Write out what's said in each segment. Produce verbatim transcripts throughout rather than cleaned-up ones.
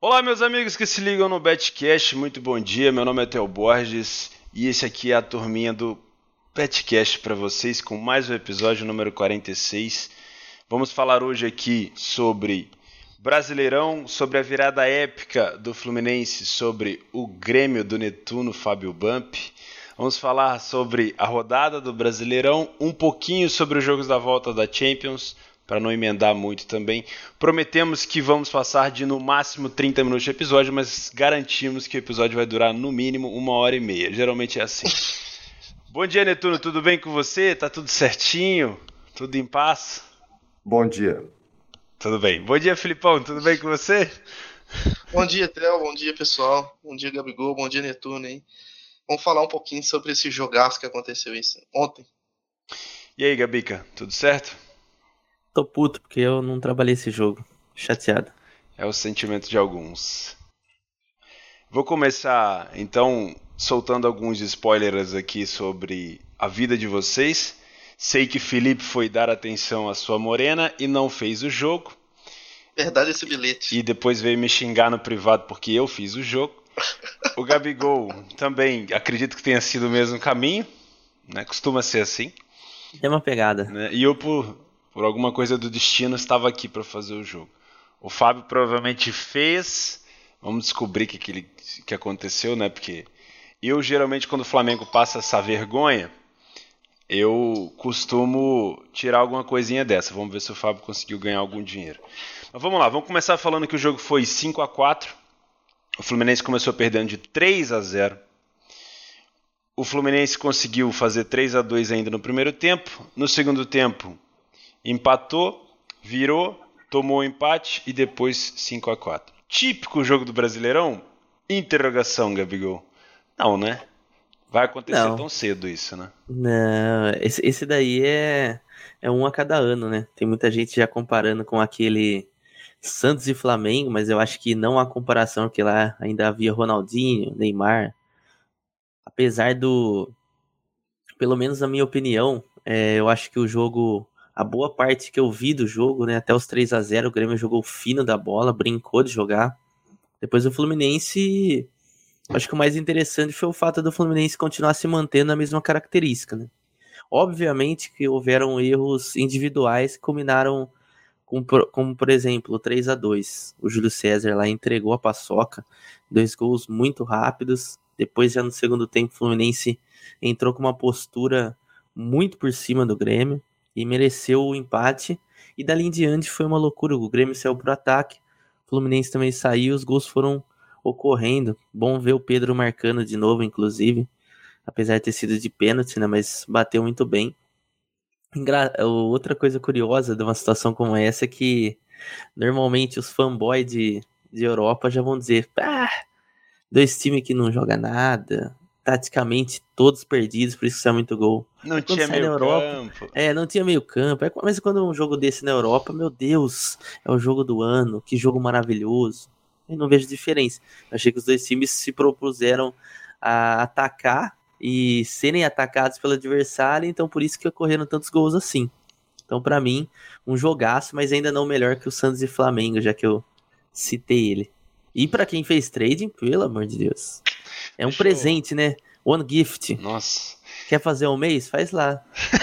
Olá, meus amigos que se ligam no Betcast, muito bom dia. Meu nome é Theo Borges e esse aqui é a turminha do Betcast para vocês com mais um episódio número quarenta e seis. Vamos falar hoje aqui sobre Brasileirão, sobre a virada épica do Fluminense, sobre o Grêmio do Netuno, Fábio Bump. Vamos falar sobre a rodada do Brasileirão, um pouquinho sobre os jogos da volta da Champions, para não emendar muito também. Prometemos que vamos passar de no máximo trinta minutos de episódio, mas garantimos que o episódio vai durar no mínimo uma hora e meia. Geralmente é assim. Bom dia, Netuno, tudo bem com você? Tá tudo certinho? Tudo em paz? Bom dia. Tudo bem. Bom dia, Filipão, tudo bem com você? Bom dia, Theo, bom dia, pessoal. Bom dia, Gabigol, bom dia, Netuno, hein? Vamos falar um pouquinho sobre esse jogaço que aconteceu isso ontem. E aí, Gabica, tudo certo? Tô puto porque eu não trabalhei esse jogo. Chateado. É o sentimento de alguns. Vou começar, então, soltando alguns spoilers aqui sobre a vida de vocês. Sei que Felipe foi dar atenção à sua morena e não fez o jogo. Verdade esse bilhete. E depois veio me xingar no privado porque eu fiz o jogo. O Gabigol também acredito que tenha sido o mesmo caminho, né? Costuma ser assim. É uma pegada. Né? E eu, por, por alguma coisa do destino, estava aqui para fazer o jogo. O Fábio provavelmente fez. Vamos descobrir o que, que, ele, que aconteceu, né? Porque eu, geralmente, quando o Flamengo passa essa vergonha, eu costumo tirar alguma coisinha dessa. Vamos ver se o Fábio conseguiu ganhar algum dinheiro. Mas vamos lá, vamos começar falando que o jogo foi cinco a quatro. O Fluminense começou perdendo de três a zero. O Fluminense conseguiu fazer três a dois ainda no primeiro tempo. No segundo tempo, empatou, virou, tomou o empate e depois cinco a quatro. Típico jogo do Brasileirão? Interrogação, Gabigol. Não, né? Vai acontecer Não. tão cedo isso, né? Não, esse, esse daí é, é um a cada ano, né? Tem muita gente já comparando com aquele Santos e Flamengo, mas eu acho que não há comparação, porque lá ainda havia Ronaldinho, Neymar. Apesar do, pelo menos na minha opinião, é, eu acho que o jogo, a boa parte que eu vi do jogo, né, até os três a zero, o Grêmio jogou fino da bola, brincou de jogar. Depois o Fluminense, acho que o mais interessante foi o fato do Fluminense continuar se mantendo na mesma característica, né? Obviamente que houveram erros individuais que culminaram com, como, por exemplo, o três a dois. O Júlio César lá entregou a paçoca, dois gols muito rápidos. Depois, já no segundo tempo, o Fluminense entrou com uma postura muito por cima do Grêmio e mereceu o empate. E dali em diante foi uma loucura. O Grêmio saiu pro ataque, o Fluminense também saiu, os gols foram ocorrendo. Bom ver o Pedro marcando de novo, inclusive, apesar de ter sido de pênalti, né? Mas bateu muito bem. Engra... Outra coisa curiosa de uma situação como essa é que normalmente os fanboys de, de Europa já vão dizer: ah, dois times que não jogam nada, taticamente todos perdidos, por isso que sai muito gol. Não tinha meio Europa, campo. É, não tinha meio campo. Mas quando um jogo desse na Europa, meu Deus, é o jogo do ano, que jogo maravilhoso. Eu não vejo diferença. Eu achei que os dois times se propuseram a atacar e serem atacados pelo adversário, então por isso que ocorreram tantos gols assim. Então, pra mim, um jogaço, mas ainda não melhor que o Santos e Flamengo, já que eu citei ele. E pra quem fez trading, pelo amor de Deus, é um Deixa eu- presente, né? One gift. Nossa. Quer fazer um mês? Faz lá.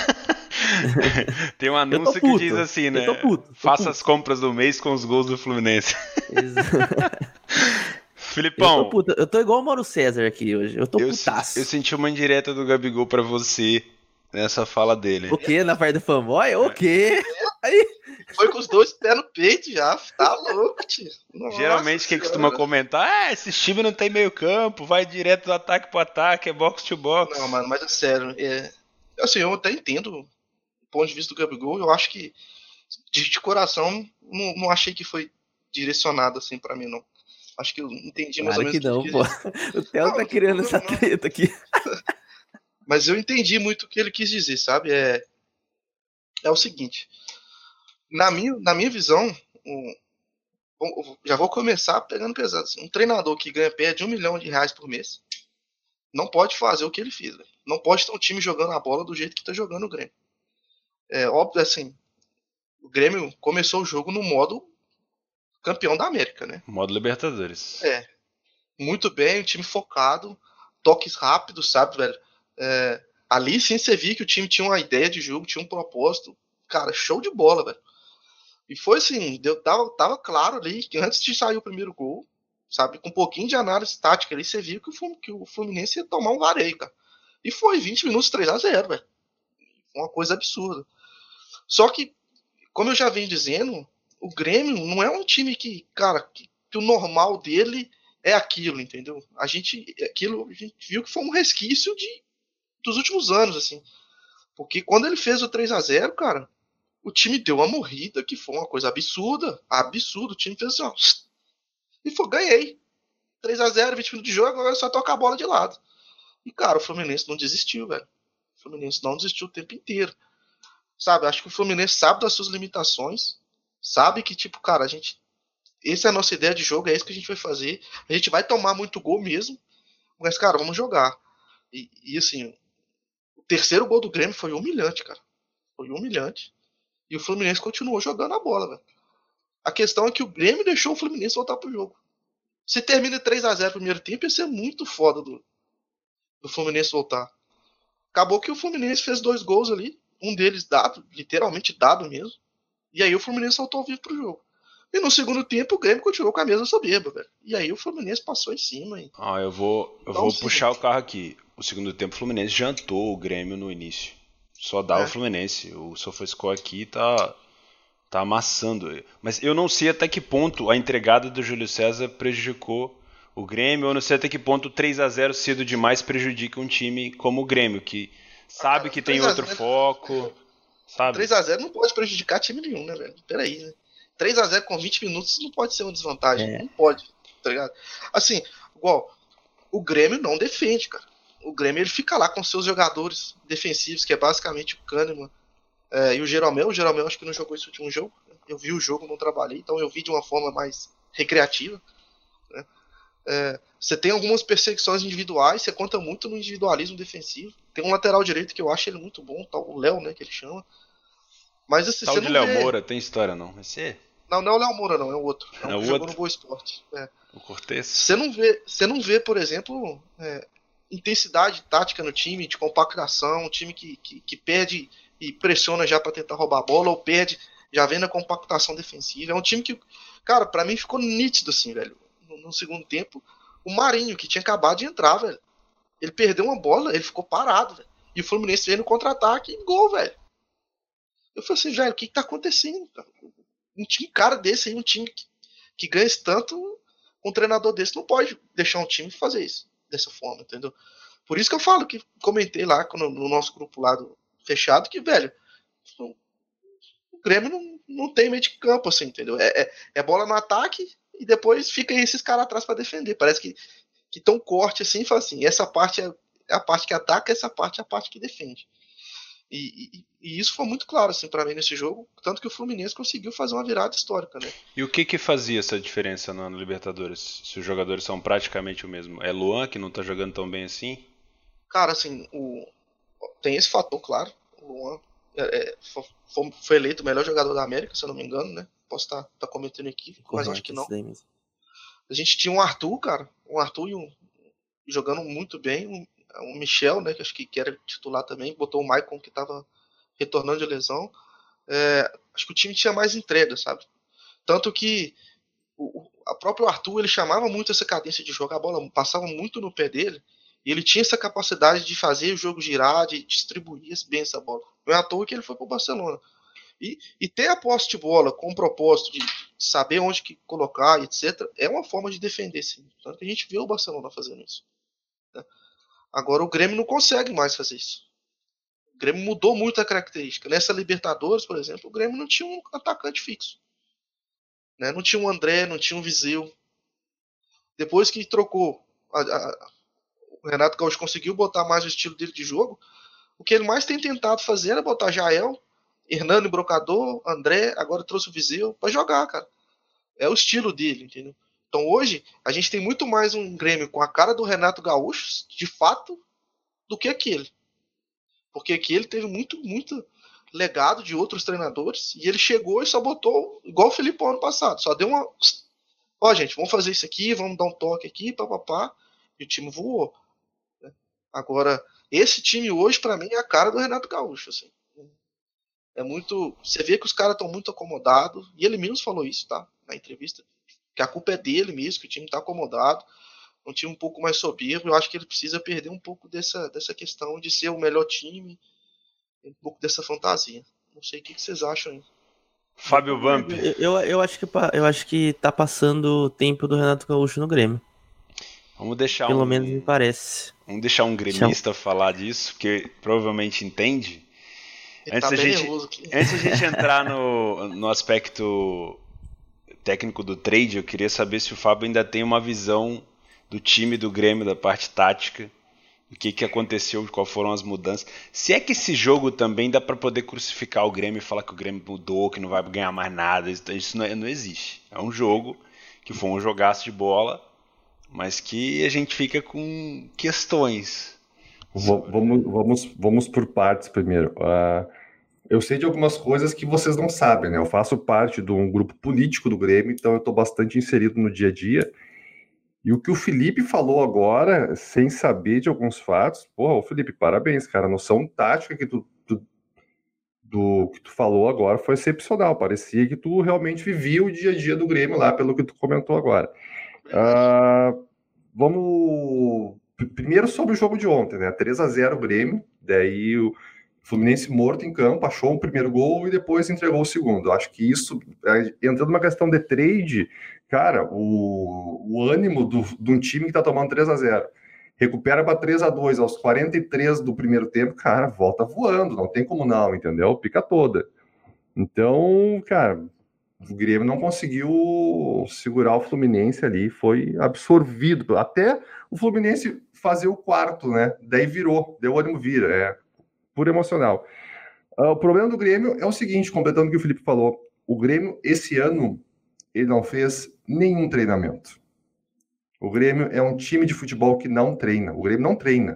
Tem um Eu anúncio tô que puto. diz assim, né? Eu tô puto. tô Faça puto. as compras do mês com os gols do Fluminense. Exa- Eu tô Filipão, puto. Eu tô igual o Mauro César aqui hoje. Eu tô eu, putaço. eu senti uma indireta do Gabigol pra você nessa fala dele. O quê? Na parte do fanboy? O quê? Aí, Foi com os dois pés no peito já. Tá louco, tio. Nossa Geralmente quem costuma Senhora. comentar, ah, esse time não tem meio campo, vai direto do ataque pro ataque, é box to box. Não, mano, mas é sério. É... Assim, eu até entendo o ponto de vista do Gabigol. Eu acho que, de, de coração, não, não achei que foi direcionado assim pra mim, não. Acho que eu entendi mais ou claro menos que o não, que ele pô. quis dizer. O Theo Não, tá não tem criando problema, essa não. treta aqui. Mas eu entendi muito o que ele quis dizer, sabe? É, é o seguinte. Na minha, na minha visão, um, um, já vou começar pegando pesado. Assim, um treinador que ganha perto de um milhão de reais por mês não pode fazer o que ele fez. Véio. Não pode ter um time jogando a bola do jeito que tá jogando o Grêmio. É óbvio, assim, o Grêmio começou o jogo no modo campeão da América, né? Modo Libertadores. É. Muito bem, um time focado, toques rápidos, sabe, velho? É, ali sim você via que o time tinha uma ideia de jogo, tinha um propósito. Cara, show de bola, velho. E foi assim, deu, tava, tava claro ali que antes de sair o primeiro gol, sabe, com um pouquinho de análise tática ali, você viu que o, que o Fluminense ia tomar um vareio, cara. E foi vinte minutos três a zero, velho. Uma coisa absurda. Só que, como eu já venho dizendo, o Grêmio não é um time que, cara, que, que o normal dele é aquilo, entendeu? A gente, aquilo, a gente viu que foi um resquício de, dos últimos anos, assim. Porque quando ele fez o três a zero, cara, o time deu uma morrida que foi uma coisa absurda. Absurdo. O time fez assim, ó. E foi, ganhei. três a zero, vinte minutos de jogo, agora é só tocar a bola de lado. E, cara, o Fluminense não desistiu, velho. O Fluminense não desistiu o tempo inteiro. Sabe, acho que o Fluminense sabe das suas limitações. Sabe que, tipo, cara, a gente. Essa é a nossa ideia de jogo, é isso que a gente vai fazer. A gente vai tomar muito gol mesmo. Mas, cara, vamos jogar. E, e assim, o terceiro gol do Grêmio foi humilhante, cara. Foi humilhante. E o Fluminense continuou jogando a bola, velho. A questão é que o Grêmio deixou o Fluminense voltar pro jogo. Se termina três a zero no primeiro tempo, ia ser muito foda do, do Fluminense voltar. Acabou que o Fluminense fez dois gols ali. Um deles dado, literalmente dado mesmo. E aí o Fluminense saltou ao vivo pro jogo. E no segundo tempo o Grêmio continuou com a mesma soberba, velho. E aí o Fluminense passou em cima. Hein? Ah, eu vou, eu Então, vou sim. puxar o carro aqui. O segundo tempo o Fluminense jantou o Grêmio no início. Só dá É. o Fluminense. O SofaScore aqui tá, tá amassando. Mas eu não sei até que ponto a entregada do Júlio César prejudicou o Grêmio. Eu não sei até que ponto o três a zero cedo demais prejudica um time como o Grêmio, que sabe que tem outro foco. Sabe? três a zero não pode prejudicar time nenhum, né, velho? Peraí, né? três a zero com vinte minutos não pode ser uma desvantagem. É. Não pode, tá ligado? Assim, igual, o Grêmio não defende, cara. O Grêmio ele fica lá com seus jogadores defensivos, que é basicamente o Kahneman é, e o Jeromel. O Jeromel acho que não jogou esse último jogo. Eu vi o jogo, não trabalhei, então eu vi de uma forma mais recreativa. Né? É, você tem algumas perseguições individuais, você conta muito no individualismo defensivo. Tem um lateral direito que eu acho ele muito bom, tá, o Léo, né, que ele chama. Mas assim, Tal você de não Léo vê... Moura, tem história não? Vai ser? Não, não é o Léo Moura, não, é o outro. É, É um o que jogou outro? no Boa Esporte. É. O Cortez? Você não vê, você não vê, por exemplo, é, intensidade tática no time, de compactação, um time que, que, que perde e pressiona já para tentar roubar a bola, ou perde, já vem na compactação defensiva. É um time que, cara, para mim ficou nítido assim, velho. No, no segundo tempo, o Marinho, que tinha acabado de entrar, velho. Ele perdeu uma bola, ele ficou parado, velho. E o Fluminense veio no contra-ataque e gol, velho. Eu falei assim, velho, o que, que tá acontecendo? Cara? Um time cara desse aí, um time que, que ganha esse tanto, um treinador desse não pode deixar um time fazer isso dessa forma, entendeu? Por isso que eu falo, que comentei lá no, no nosso grupo lá do fechado, que, velho, o Grêmio não, não tem meio de campo, assim, entendeu? É, é, é bola no ataque e depois fica esses caras atrás pra defender. Parece que, que tão corte assim e fala assim, essa parte é a parte que ataca, essa parte é a parte que defende. E, e, e isso foi muito claro assim para mim nesse jogo, tanto que o Fluminense conseguiu fazer uma virada histórica, né? E o que que fazia essa diferença no, no Libertadores? Se os jogadores são praticamente o mesmo? É Luan que não tá jogando tão bem assim? Cara, assim, o, tem esse fator, claro. O Luan é, é, foi, foi eleito o melhor jogador da América, se eu não me engano, né? Posso estar tá, tá cometendo equívoco, mas acho que não. A gente tinha um Arthur, cara, um Arthur e um, jogando muito bem, um, um Michel, né, que acho que, que era titular também, botou o Maicon que estava retornando de lesão. É, acho que o time tinha mais entrega, sabe? Tanto que o, o a próprio Arthur, ele chamava muito essa cadência de jogar a bola, passava muito no pé dele, e ele tinha essa capacidade de fazer o jogo girar, de distribuir bem essa bola. Não é à toa que ele foi para o Barcelona. E, e ter a posse de bola com o propósito de saber onde que colocar, etcétera, é uma forma de defender, sim. Tanto que a gente vê o Barcelona fazendo isso. Né? Agora o Grêmio não consegue mais fazer isso. O Grêmio mudou muito a característica. Nessa Libertadores, por exemplo, o Grêmio não tinha um atacante fixo. Né? Não tinha um André, não tinha um Viseu. Depois que trocou, a, a, o Renato Gaúcho conseguiu botar mais o estilo dele de jogo, o que ele mais tem tentado fazer era botar Jael, Hernando Brocador, André, agora trouxe o Viseu para jogar, cara. É o estilo dele, entendeu? Então hoje a gente tem muito mais um Grêmio com a cara do Renato Gaúcho, de fato, do que aquele. Porque aquele teve muito, muito legado de outros treinadores, e ele chegou e só botou, igual o Filipão ano passado, só deu uma... Ó, gente, vamos fazer isso aqui, vamos dar um toque aqui, papapá, e o time voou. Né? Agora, esse time hoje, para mim, é a cara do Renato Gaúcho, assim. É muito... Você vê que os caras estão muito acomodados, e ele mesmo falou isso, tá? Na entrevista, que a culpa é dele mesmo, que o time tá acomodado, um time um pouco mais soberbo. Eu acho que ele precisa perder um pouco dessa, dessa questão de ser o melhor time, um pouco dessa fantasia. Não sei o que, que vocês acham aí. Fábio Vamp. Eu, eu, eu, acho que, eu acho que tá passando o tempo do Renato Gaúcho no Grêmio. Vamos deixar Pelo um, menos me parece. Vamos deixar um gremista Deixa... falar disso, porque provavelmente entende. Ele antes, tá a gente, antes a gente entrar no, no aspecto técnico do trade, eu queria saber se o Fábio ainda tem uma visão do time do Grêmio, da parte tática, o que, que aconteceu, quais foram as mudanças. Se é que esse jogo também dá para poder crucificar o Grêmio e falar que o Grêmio mudou, que não vai ganhar mais nada, isso, isso não, é, não existe. É um jogo que foi um jogaço de bola, mas que a gente fica com questões. Vamos, vamos, vamos por partes primeiro. Uh, eu sei de algumas coisas que vocês não sabem, né? Eu faço parte de um grupo político do Grêmio, então eu estou bastante inserido no dia a dia. E o que o Felipe falou agora, sem saber de alguns fatos, porra, ô Felipe, parabéns, cara. A noção tática que tu, tu, do que tu falou agora foi excepcional. Parecia que tu realmente vivia o dia a dia do Grêmio lá, pelo que tu comentou agora. Uh, vamos... Primeiro sobre o jogo de ontem, né? três a zero o Grêmio, daí o Fluminense morto em campo, achou o primeiro gol e depois entregou o segundo. Eu acho que isso, entrando numa questão de trade, cara, o, o ânimo do, de um time que tá tomando três a zero, recupera para três a dois aos quarenta e três do primeiro tempo, cara, volta voando, não tem como não, entendeu? Pica toda. Então, cara, o Grêmio não conseguiu segurar o Fluminense ali, foi absorvido, até o Fluminense fazer o quarto, né? Daí virou, deu ânimo vira, é puro emocional. Uh, o problema do Grêmio é o seguinte, completando o que o Felipe falou, o Grêmio, esse ano, ele não fez nenhum treinamento. O Grêmio é um time de futebol que não treina. O Grêmio não treina.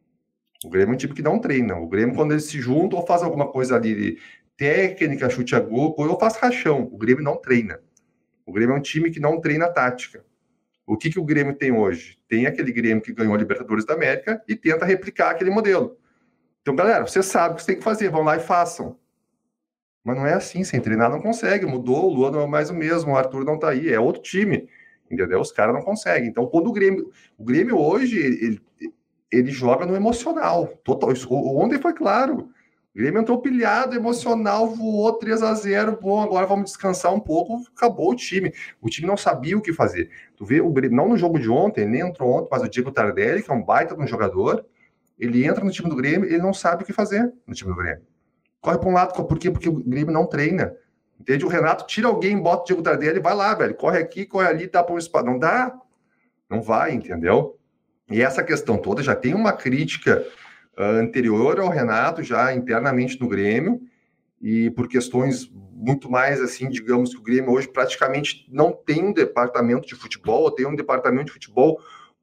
O Grêmio é um time que não treina. O Grêmio, quando eles se juntam ou faz alguma coisa ali de técnica, chute a gol, ou faz rachão. O Grêmio não treina. O Grêmio é um time que não treina tática. O que, que o Grêmio tem hoje? Tem aquele Grêmio que ganhou a Libertadores da América e tenta replicar aquele modelo. Então, galera, vocês sabem o que vocês têm que fazer, vão lá e façam. Mas não é assim, sem treinar não consegue. Mudou, o Luan não é mais o mesmo, o Arthur não tá aí, é outro time. Entendeu? Os caras não conseguem. Então, quando o Grêmio... O Grêmio hoje, ele, ele joga no emocional. Total, ontem foi claro. O Grêmio entrou pilhado, emocional, voou três a zero. Bom, agora vamos descansar um pouco. Acabou o time. O time não sabia o que fazer. Tu vê, o Grêmio, não no jogo de ontem, nem entrou ontem, mas o Diego Tardelli, que é um baita de um jogador, ele entra no time do Grêmio, ele não sabe o que fazer no time do Grêmio. Corre para um lado, por quê? Porque o Grêmio não treina. Entende? O Renato tira alguém, bota o Diego Tardelli e vai lá, velho. Corre aqui, corre ali, tapa um espaço. Não dá. Não vai, entendeu? E essa questão toda já tem uma crítica uh, anterior ao Renato, já internamente no Grêmio, e por questões muito mais, assim, digamos que o Grêmio hoje praticamente não tem um departamento de futebol, ou tem um departamento de futebol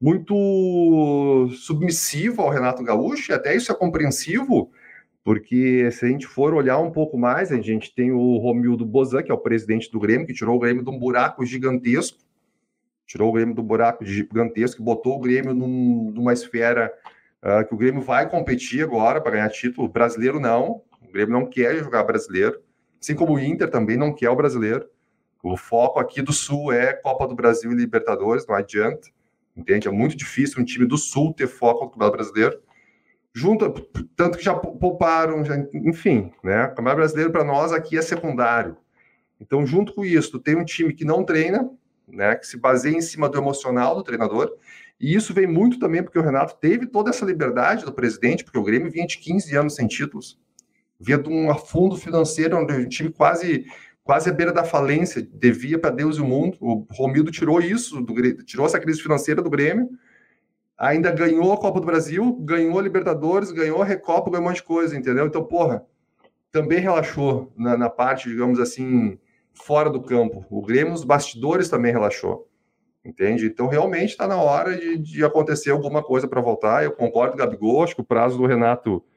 muito submissivo ao Renato Gaúcho, e até isso é compreensivo, porque se a gente for olhar um pouco mais, a gente tem o Romildo Bozan, que é o presidente do Grêmio, que tirou o Grêmio de um buraco gigantesco, tirou o Grêmio do buraco gigantesco, botou o Grêmio num, numa esfera uh, que o Grêmio vai competir agora para ganhar título. Brasileiro não, o Grêmio não quer jogar brasileiro, assim como o Inter também não quer o brasileiro. O foco aqui do Sul é Copa do Brasil e Libertadores, não adianta, entende? É muito difícil um time do Sul ter foco no Campeonato Brasileiro. Junto, tanto que já pouparam, já, enfim, né? O Campeonato Brasileiro para nós aqui é secundário. Então, junto com isso, tem um time que não treina, né? Que se baseia em cima do emocional do treinador, e isso vem muito também porque o Renato teve toda essa liberdade do presidente, porque o Grêmio vinha de quinze anos sem títulos, vinha de um fundo financeiro onde o time quase, quase à beira da falência, devia para Deus e o mundo. O Romildo tirou isso, do, tirou essa crise financeira do Grêmio, ainda ganhou a Copa do Brasil, ganhou a Libertadores, ganhou a Recopa, ganhou um monte de coisa, entendeu? Então, porra, também relaxou na, na parte, digamos assim, fora do campo. O Grêmio, os bastidores também relaxou, entende? Então, realmente está na hora de, de acontecer alguma coisa para voltar. Eu concordo com o Gabigol, acho que o prazo do Renato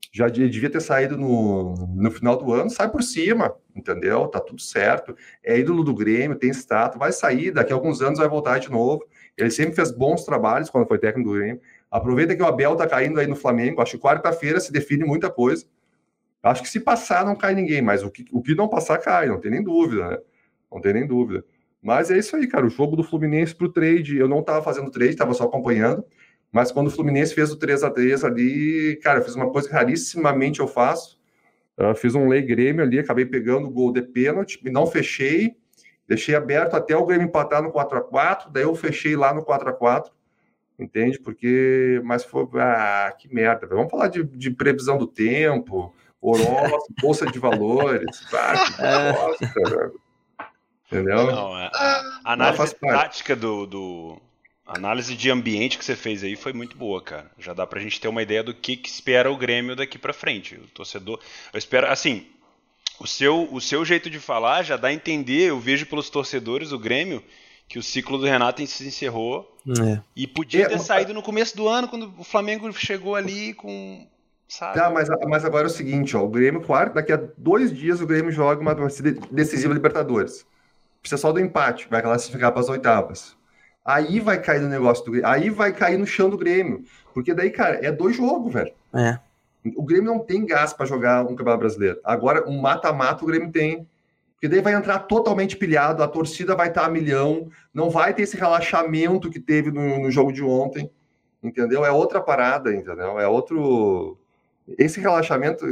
Já devia ter saído no, no final do ano, sai por cima, entendeu? Tá tudo certo. É ídolo do Grêmio, tem status, vai sair, daqui a alguns anos vai voltar de novo. Ele sempre fez bons trabalhos quando foi técnico do Grêmio. Aproveita que o Abel tá caindo aí no Flamengo, acho que quarta-feira se define muita coisa. Acho que se passar não cai ninguém, mas o que, o que não passar cai, não tem nem dúvida, né? Não tem nem dúvida. Mas é isso aí, cara, o jogo do Fluminense pro trade, eu não tava fazendo trade, tava só acompanhando. Mas quando o Fluminense fez o três a três ali, cara, eu fiz uma coisa que rarissimamente eu faço. Uh, fiz um lei Grêmio ali, acabei pegando o gol de pênalti, não fechei, deixei aberto até o Grêmio empatar no quatro a quatro, daí eu fechei lá no quatro a quatro, entende? Porque, mas foi, ah, que merda, vamos falar de, de previsão do tempo, horóscopo, bolsa de valores, ah, que bosta, velho. Entendeu? Não, a, a análise tática do... do... A análise de ambiente que você fez aí foi muito boa, cara. Já dá pra gente ter uma ideia do que, que espera o Grêmio daqui pra frente. O torcedor... Eu espero... Assim, o seu, o seu jeito de falar já dá a entender, eu vejo pelos torcedores do Grêmio, que o ciclo do Renato se encerrou. É. E podia ter é, saído no começo do ano, quando o Flamengo chegou ali com... Sabe? Tá, mas, mas agora é o seguinte, ó. O Grêmio, claro, daqui a dois dias o Grêmio joga uma partida decisiva Libertadores. Precisa só do empate, vai classificar para as oitavas. Aí vai cair no negócio do Grêmio. Aí vai cair no chão do Grêmio. Porque daí, cara, é dois jogos, velho. É. O Grêmio não tem gás pra jogar um campeonato brasileiro. Agora, um mata-mata o Grêmio tem. Porque daí vai entrar totalmente pilhado, a torcida vai estar a milhão, não vai ter esse relaxamento que teve no, no jogo de ontem, entendeu? É outra parada, entendeu? É outro... Esse relaxamento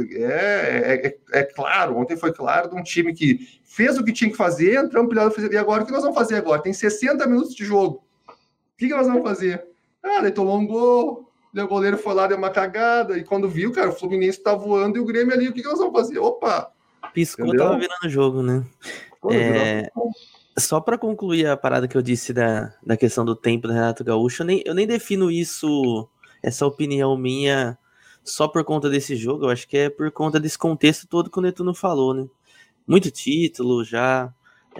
é, é, é claro, ontem foi claro de um time que fez o que tinha que fazer, entramos pilhado, e agora o que nós vamos fazer agora? Tem sessenta minutos de jogo. O que, que nós vamos fazer? Ah, daí tomou um gol, o goleiro foi lá, deu uma cagada, e quando viu, cara, o Fluminense tá voando e o Grêmio ali, o que, que nós vamos fazer? Opa! Piscou, entendeu? Tava virando o jogo, né? Pô, é... Só para concluir a parada que eu disse da, da questão do tempo do Renato Gaúcho, eu nem, eu nem defino isso, essa opinião minha... Só por conta desse jogo, eu acho que é por conta desse contexto todo que o Netuno falou, né? Muito título já.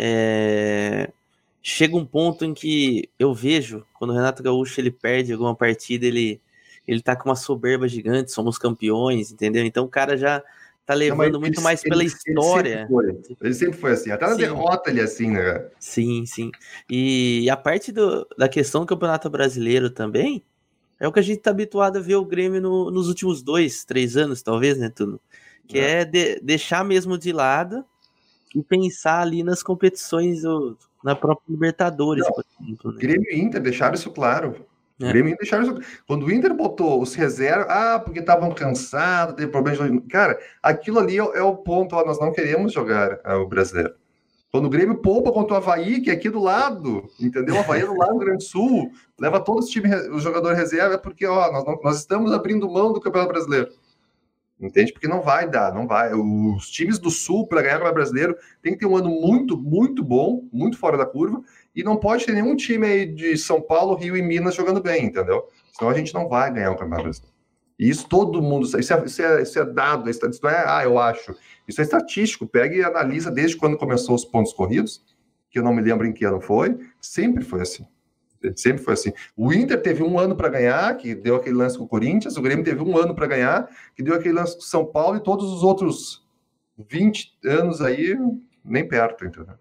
É... Chega um ponto em que eu vejo, quando o Renato Gaúcho ele perde alguma partida, ele, ele tá com uma soberba gigante, somos campeões, entendeu? Então o cara já tá levando Não, muito ele, mais ele, pela ele, história. Ele sempre, foi, ele sempre foi assim, até na sim. derrota ele é assim, né? Sim, sim. E a parte do, da questão do Campeonato Brasileiro também, é o que a gente tá habituado a ver o Grêmio no, nos últimos dois, três anos, talvez, né, Tuno? Que é, é de, deixar mesmo de lado e pensar ali nas competições, do, na própria Libertadores, Não, por exemplo. Né? Grêmio e Inter deixaram isso claro. É. Grêmio e Inter deixaram isso... Quando o Inter botou os reservas, ah, porque estavam cansados, teve problemas de... Cara, aquilo ali é, é o ponto, ó, nós não queremos jogar é, o brasileiro. Quando o Grêmio poupa contra o Avaí, que é aqui do lado, entendeu? O Avaí é do lado do Rio Grande do Sul, leva todos os times, os jogadores reserva, é porque ó, nós, não, nós estamos abrindo mão do Campeonato Brasileiro. Entende? Porque não vai dar, não vai. Os times do Sul, para ganhar o Campeonato Brasileiro, tem que ter um ano muito, muito bom, muito fora da curva, e não pode ter nenhum time aí de São Paulo, Rio e Minas jogando bem, entendeu? Senão a gente não vai ganhar o Campeonato Brasileiro. E isso todo mundo sabe. Isso é, isso é, isso é dado, isso não é, ah, eu acho. Isso é estatístico. Pega e analisa desde quando começou os pontos corridos, que eu não me lembro em que ano foi, sempre foi assim. Sempre foi assim. O Inter teve um ano para ganhar, que deu aquele lance com o Corinthians, o Grêmio teve um ano para ganhar, que deu aquele lance com o São Paulo, e todos os outros vinte anos aí, nem perto, entendeu?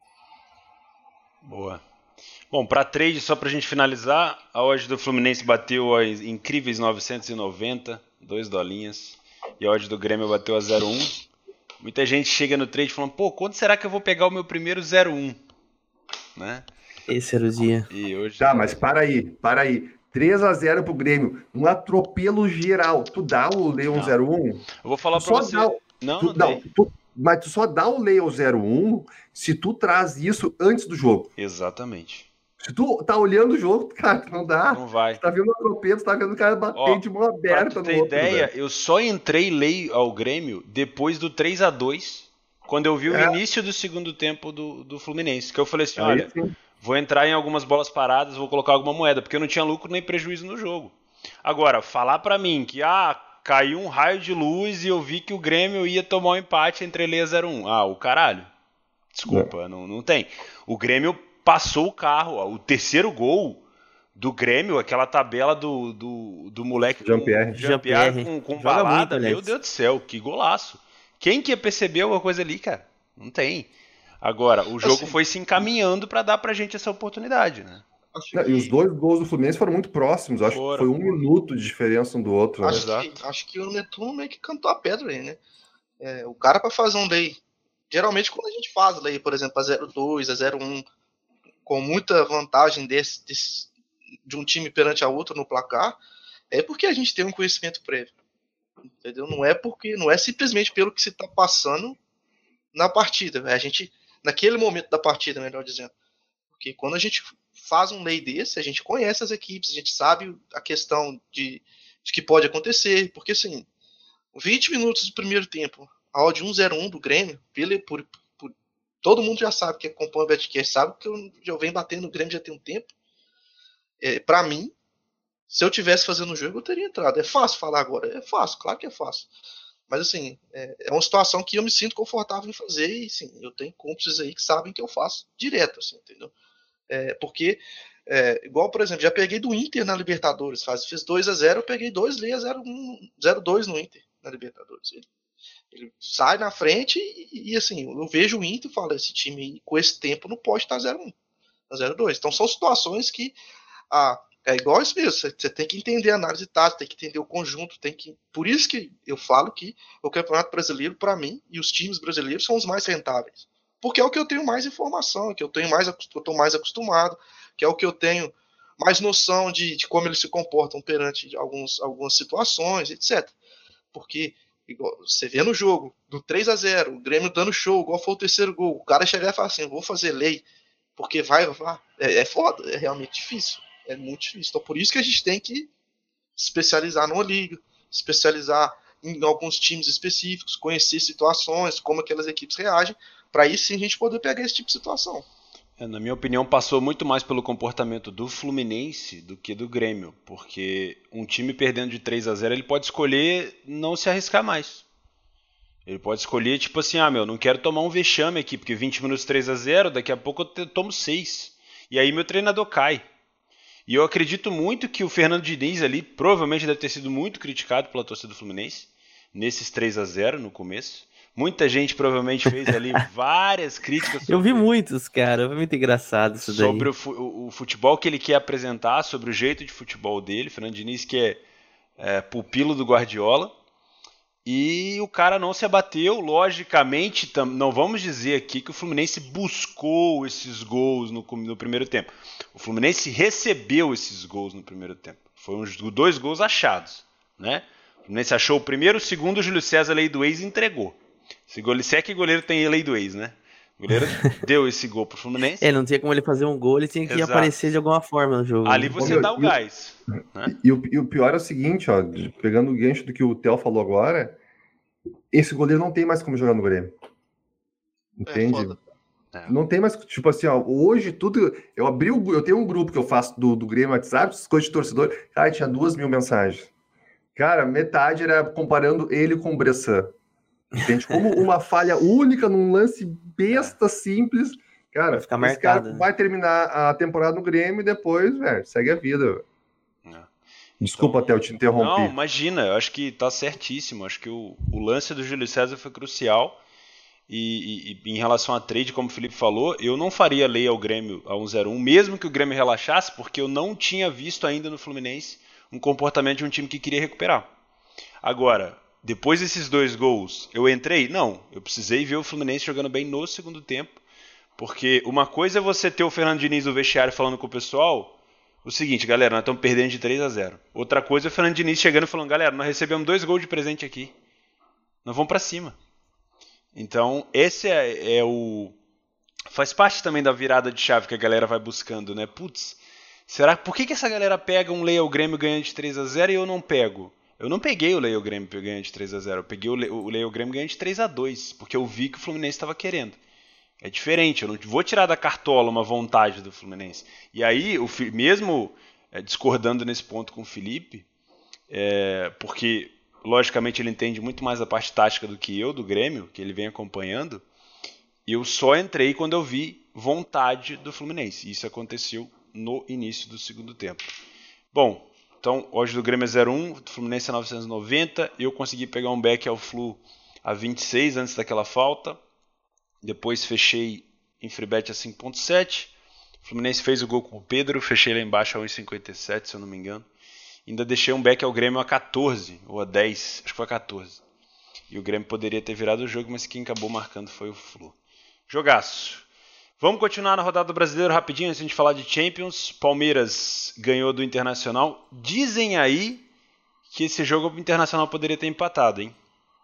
Boa. Bom, para trade, só para a gente finalizar, a odd do Fluminense bateu a incríveis novecentos e noventa, dois dolinhas, e a odd do Grêmio bateu a zero vírgula um. Muita gente chega no trade falando, pô, quando será que eu vou pegar o meu primeiro zero vírgula um? Né? Esse era o dia. E hoje... Tá, mas para aí, para aí. três a zero pro Grêmio, um atropelo geral. Tu dá o Leão zero vírgula um? Eu vou falar para você. Dá, não, tu, não, não tu, mas tu só dá o Leão zero vírgula um se tu traz isso antes do jogo. Exatamente. Se tu tá olhando o jogo, cara, não dá. Não vai. Tu tá vendo o atropelo, tu tá vendo o cara bater Ó, de mão aberta pra tu ter no outro, ideia, velho. Eu só entrei lei ao Grêmio depois do três a dois, quando eu vi é. o início do segundo tempo do, do Fluminense. Que eu falei assim, olha, Aí, vou entrar em algumas bolas paradas, vou colocar alguma moeda, porque eu não tinha lucro nem prejuízo no jogo. Agora, falar pra mim que, ah, caiu um raio de luz e eu vi que o Grêmio ia tomar um empate entre Leia zero vírgula um. Ah, o caralho. Desculpa, não, não tem. O Grêmio passou o carro, ó, o terceiro gol do Grêmio, aquela tabela do, do, do moleque Jean-Pierre. com, Jean-Pierre com, com Joga balada, muito, meu Alex. Deus do céu, que golaço. Quem que ia perceber alguma coisa ali, cara? Não tem. Agora, o jogo Assim, foi se encaminhando pra dar pra gente essa oportunidade, né? acho Não, e os que, dois gols do Fluminense foram muito próximos. Acho Foram, que foi um foram. minuto de diferença um do outro. Né? acho que, Exato. acho que o Netuno meio que cantou a pedra aí, né? É, o cara pra fazer um lay, geralmente quando a gente faz lay, por exemplo, a zero dois, a zero um, com muita vantagem desse, desse, de um time perante a outro no placar, é porque a gente tem um conhecimento prévio. Entendeu? Não é porque, não é simplesmente pelo que se está passando na partida. A gente, naquele momento da partida, melhor dizendo. Porque quando a gente faz um lay desse, a gente conhece as equipes, a gente sabe a questão de, de que pode acontecer. Porque assim, vinte minutos do primeiro tempo, a odd um zero um do Grêmio, pelo, por, por, todo mundo já sabe que acompanha o Betcast, sabe que eu já venho batendo no Grêmio já tem um tempo. É, para mim, se eu tivesse fazendo o jogo, eu teria entrado. É fácil falar agora, é fácil, claro que é fácil. Mas assim, é, é uma situação que eu me sinto confortável em fazer e sim, eu tenho cúmplices aí que sabem que eu faço direto, assim, entendeu? É, porque, é, igual, por exemplo, já peguei do Inter na Libertadores, faz, fiz dois a zero, eu peguei dois Lei a zero dois no Inter na Libertadores. Ele, ele sai na frente e, e assim, eu vejo o Inter e falo, esse time aí, com esse tempo não pode estar zero um, zero dois. Então são situações que a é igual isso mesmo, você tem que entender a análise tática, tem que entender o conjunto, tem que. Por isso que eu falo que o Campeonato Brasileiro, para mim, e os times brasileiros são os mais rentáveis. Porque é o que eu tenho mais informação, que eu tenho mais, eu estou mais acostumado, que é o que eu tenho mais noção de, de como eles se comportam perante alguns, algumas situações, etcétera. Porque igual, você vê no jogo, do três a zero, o Grêmio dando show, igual foi o terceiro gol, o cara chegar e falar assim, vou fazer lei, porque vai, vai é, é foda, é realmente difícil. É muito difícil. Então, por isso que a gente tem que especializar numa liga, especializar em alguns times específicos, conhecer situações, como aquelas equipes reagem, para aí sim a gente poder pegar esse tipo de situação. É, na minha opinião, passou muito mais pelo comportamento do Fluminense do que do Grêmio, porque um time perdendo de três a zero, ele pode escolher não se arriscar mais. Ele pode escolher, tipo assim, ah, meu, não quero tomar um vexame aqui, porque vinte minutos três a zero, daqui a pouco eu tomo seis. E aí meu treinador cai. E eu acredito muito que o Fernando Diniz ali provavelmente deve ter sido muito criticado pela torcida do Fluminense, nesses três a zero no começo. Muita gente provavelmente fez ali várias críticas. Sobre, eu vi muitos, cara. Foi muito engraçado isso daí. Sobre o, o futebol que ele quer apresentar, sobre o jeito de futebol dele. Fernando Diniz que é, é pupilo do Guardiola. E o cara não se abateu, logicamente, tam, não vamos dizer aqui que o Fluminense buscou esses gols no, no primeiro tempo. O Fluminense recebeu esses gols no primeiro tempo. Foram os dois gols achados, né? O Fluminense achou o primeiro, o segundo, o Júlio César, lei do ex, entregou. Se, gole, se é que goleiro tem lei do ex, né? O goleiro deu esse gol pro Fluminense. É, não tinha como ele fazer um gol, ele tinha que Exato. aparecer de alguma forma no jogo. Ali você Ô, dá o e gás. O, né? e, o, e o pior é o seguinte, ó, pegando o gancho do que o Theo falou agora, esse goleiro não tem mais como jogar no Grêmio. Entende? É, não tem mais, tipo assim, ó, hoje tudo, eu abri o, eu tenho um grupo que eu faço do, do Grêmio WhatsApp, essas coisas de torcedor, cara, tinha duas mil mensagens. Cara, metade era comparando ele com o Bressan. Entende? Como uma falha única num lance besta, simples. Cara, vai ficar esse marcado, cara né? vai terminar a temporada no Grêmio e depois, velho, segue a vida. É. Desculpa, Então, até eu te interrompi. Não, imagina, eu acho que tá certíssimo. Acho que o, o lance do Júlio César foi crucial. E, e, e em relação a trade, como o Felipe falou, eu não faria lei ao Grêmio a um zero um, mesmo que o Grêmio relaxasse, porque eu não tinha visto ainda no Fluminense um comportamento de um time que queria recuperar. Agora, depois desses dois gols, eu entrei? Não, eu precisei ver o Fluminense jogando bem no segundo tempo, porque uma coisa é você ter o Fernando Diniz no vestiário falando com o pessoal o seguinte, galera, nós estamos perdendo de três a zero. Outra coisa é o Fernando Diniz chegando e falando, galera, nós recebemos dois gols de presente aqui, nós vamos pra cima. Então, esse é, é o... faz parte também da virada de chave que a galera vai buscando, né? Putz, será... por que, que essa galera pega um Lei ao Grêmio ganhando de três a zero e eu não pego? Eu não peguei o Lei ao Grêmio ganhando de três a zero, eu peguei o Lei ao Grêmio ganhando de três a dois, porque eu vi que o Fluminense estava querendo. É diferente, eu não vou tirar da cartola uma vontade do Fluminense. E aí, o, mesmo é, discordando nesse ponto com o Felipe, é, porque... logicamente ele entende muito mais a parte tática do que eu, do Grêmio, que ele vem acompanhando. Eu só entrei quando eu vi vontade do Fluminense. Isso aconteceu no início do segundo tempo. Bom, então hoje do Grêmio é zero um, do Fluminense é novecentos e noventa. Eu consegui pegar um back ao Flu a vinte e seis antes daquela falta. Depois fechei em free bet a cinco ponto sete. O Fluminense fez o gol com o Pedro, fechei lá embaixo a um e cinquenta e sete, se eu não me engano. Ainda deixei um back ao Grêmio a quatorze, ou a dez, acho que foi a quatorze. E o Grêmio poderia ter virado o jogo, mas quem acabou marcando foi o Flu. Jogaço. Vamos continuar na rodada do Brasileiro rapidinho, antes de a gente falar de Champions. Palmeiras ganhou do Internacional. Dizem aí que esse jogo o Internacional poderia ter empatado, hein?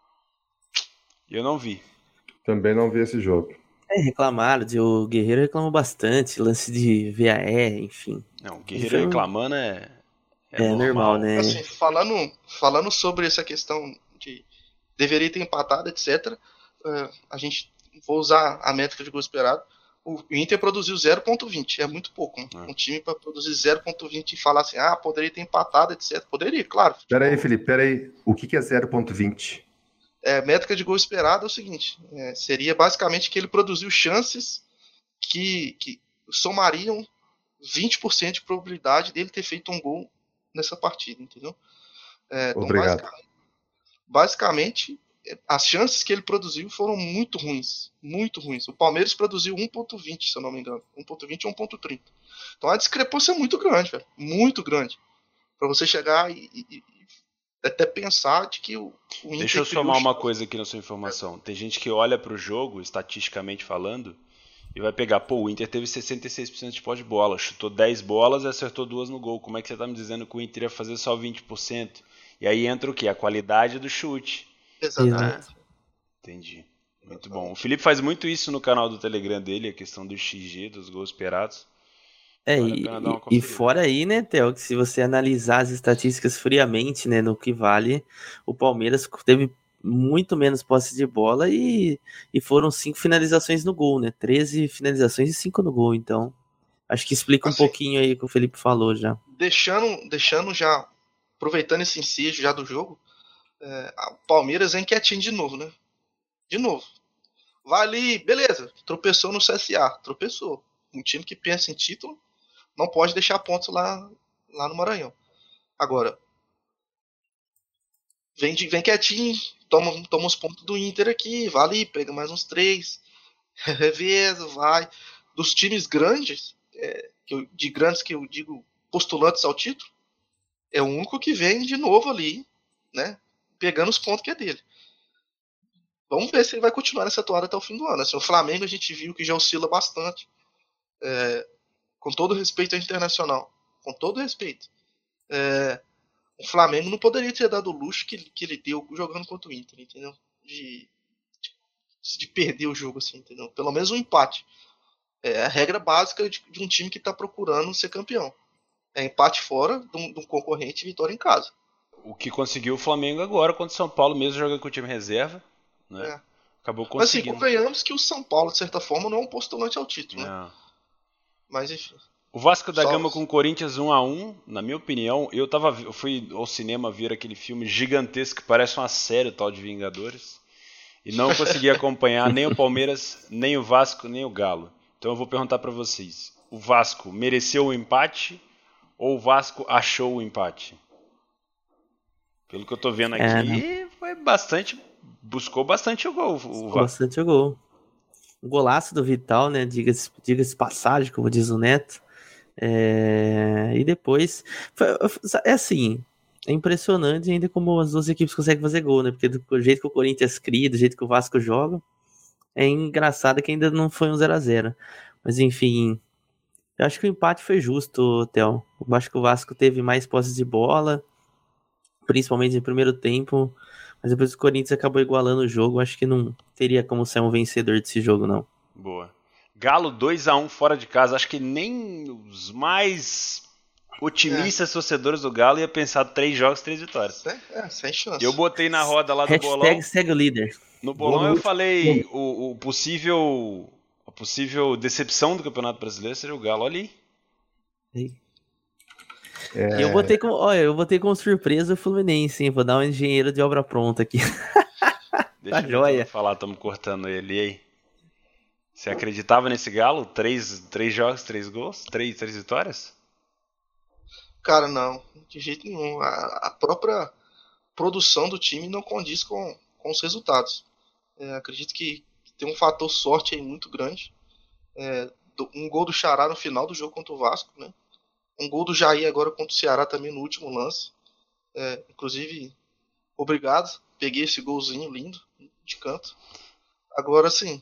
Eu não vi. Também não vi esse jogo. É, reclamaram, o Guerreiro reclamou bastante, lance de V A E, enfim. Não, o Guerreiro um... reclamando é... É, é normal, normal, né? Assim, falando, falando sobre essa questão de deveria ter empatado, etcétera. Uh, a gente, vou usar a métrica de gol esperado. O Inter produziu zero ponto vinte, é muito pouco. Né? É. Um time para produzir zero ponto vinte e falar assim, ah, poderia ter empatado, etcétera. Poderia, claro. Pera aí, Felipe, pera aí. O que, que é zero ponto vinte? É, métrica de gol esperado é o seguinte, é, seria basicamente que ele produziu chances que, que somariam vinte por cento de probabilidade dele ter feito um gol nessa partida, entendeu? É, então, Obrigado. Basicamente, basicamente, as chances que ele produziu foram muito ruins, muito ruins. O Palmeiras produziu um ponto vinte, se eu não me engano, um ponto vinte ou um ponto trinta. Então a discrepância é muito grande, velho, muito grande, para você chegar e, e, e até pensar de que o, o Inter... Deixa eu somar uma coisa aqui na sua informação. Tem gente que olha para o jogo, estatisticamente falando, e vai pegar, pô, o Inter teve sessenta e seis por cento de posse de bola, chutou dez bolas e acertou duas no gol. Como é que você tá me dizendo que o Inter ia fazer só vinte por cento? E aí entra o quê? A qualidade do chute. Exatamente. Ah, entendi. Muito bom. O Felipe faz muito isso no canal do Telegram dele, a questão do X G, dos gols esperados. É, vale e, e fora aí, né, Theo, que se você analisar as estatísticas friamente, né, no que vale, o Palmeiras teve muito menos posse de bola e, e foram cinco finalizações no gol, né? treze finalizações e cinco no gol, então acho que explica assim, um pouquinho aí o que o Felipe falou já. Deixando, deixando já, aproveitando esse ensejo já do jogo, é, o Palmeiras é quietinho de novo, né? De novo. Vai ali, beleza, tropeçou no C S A, tropeçou. Um time que pensa em título não pode deixar pontos lá, lá no Maranhão. Agora, vem, de, vem quietinho, toma, toma os pontos do Inter aqui, vai ali, pega mais uns três, reveza, vai. Dos times grandes, é, que eu, de grandes que eu digo postulantes ao título, é o único que vem de novo ali, né, pegando os pontos que é dele. Vamos ver se ele vai continuar nessa toada até o fim do ano. Assim, o Flamengo a gente viu que já oscila bastante, é, com todo respeito ao Internacional, com todo respeito. É, o Flamengo não poderia ter dado o luxo que, que ele deu jogando contra o Inter, entendeu? De, de, de perder o jogo, assim, entendeu? Pelo menos um empate. É a regra básica de, de um time que está procurando ser campeão. É empate fora de um, de um concorrente e vitória em casa. O que conseguiu o Flamengo agora contra o São Paulo, mesmo jogando com o time reserva, né? É. Acabou conseguindo. Mas assim, convenhamos que o São Paulo, de certa forma, não é um postulante ao título, não. Né? Mas enfim. O Vasco da Só... Gama com o Corinthians um a um, na minha opinião, eu, tava, eu fui ao cinema ver aquele filme gigantesco que parece uma série tal de Vingadores e não consegui acompanhar nem o Palmeiras, nem o Vasco, nem o Galo. Então eu vou perguntar para vocês, o Vasco mereceu o empate ou o Vasco achou o empate? Pelo que eu tô vendo aqui, é, né? Foi bastante, buscou bastante o gol. O buscou Vasco. Bastante o gol. Um golaço do Vital, né? Diga-se, diga-se passagem, como diz o Neto. É... E depois, foi, é assim, é impressionante ainda como as duas equipes conseguem fazer gol, né? Porque do jeito que o Corinthians cria, do jeito que o Vasco joga, é engraçado que ainda não foi um zero a zero. Mas enfim, eu acho que o empate foi justo, Theo. Eu acho que o Vasco teve mais posse de bola, principalmente no primeiro tempo, mas depois o Corinthians acabou igualando o jogo. Acho que não teria como ser um vencedor desse jogo, não. Boa. Galo dois a um fora de casa. Acho que nem os mais otimistas é. torcedores do Galo ia pensar três jogos, três vitórias. É, é, sem chance. Eu botei na roda lá do Hashtag bolão. Segue o líder. No bolão Boa eu falei o, o possível a possível decepção do Campeonato Brasileiro seria o Galo. Olha aí. É... Eu botei como, olha, eu botei como surpresa o Fluminense, hein? Vou dar um engenheiro de obra pronta aqui. Deixa tá eu joia. falar, estamos cortando ele aí. Você acreditava nesse Galo? Três, três jogos, três gols? Três, três vitórias? Cara, não, de jeito nenhum. A, a própria produção do time não condiz com, com os resultados. É, acredito que tem um fator sorte aí muito grande. É, um gol do Xará no final do jogo contra o Vasco, né? Um gol do Jair agora contra o Ceará também no último lance. É, inclusive, obrigado. Peguei esse golzinho lindo de canto. Agora, assim,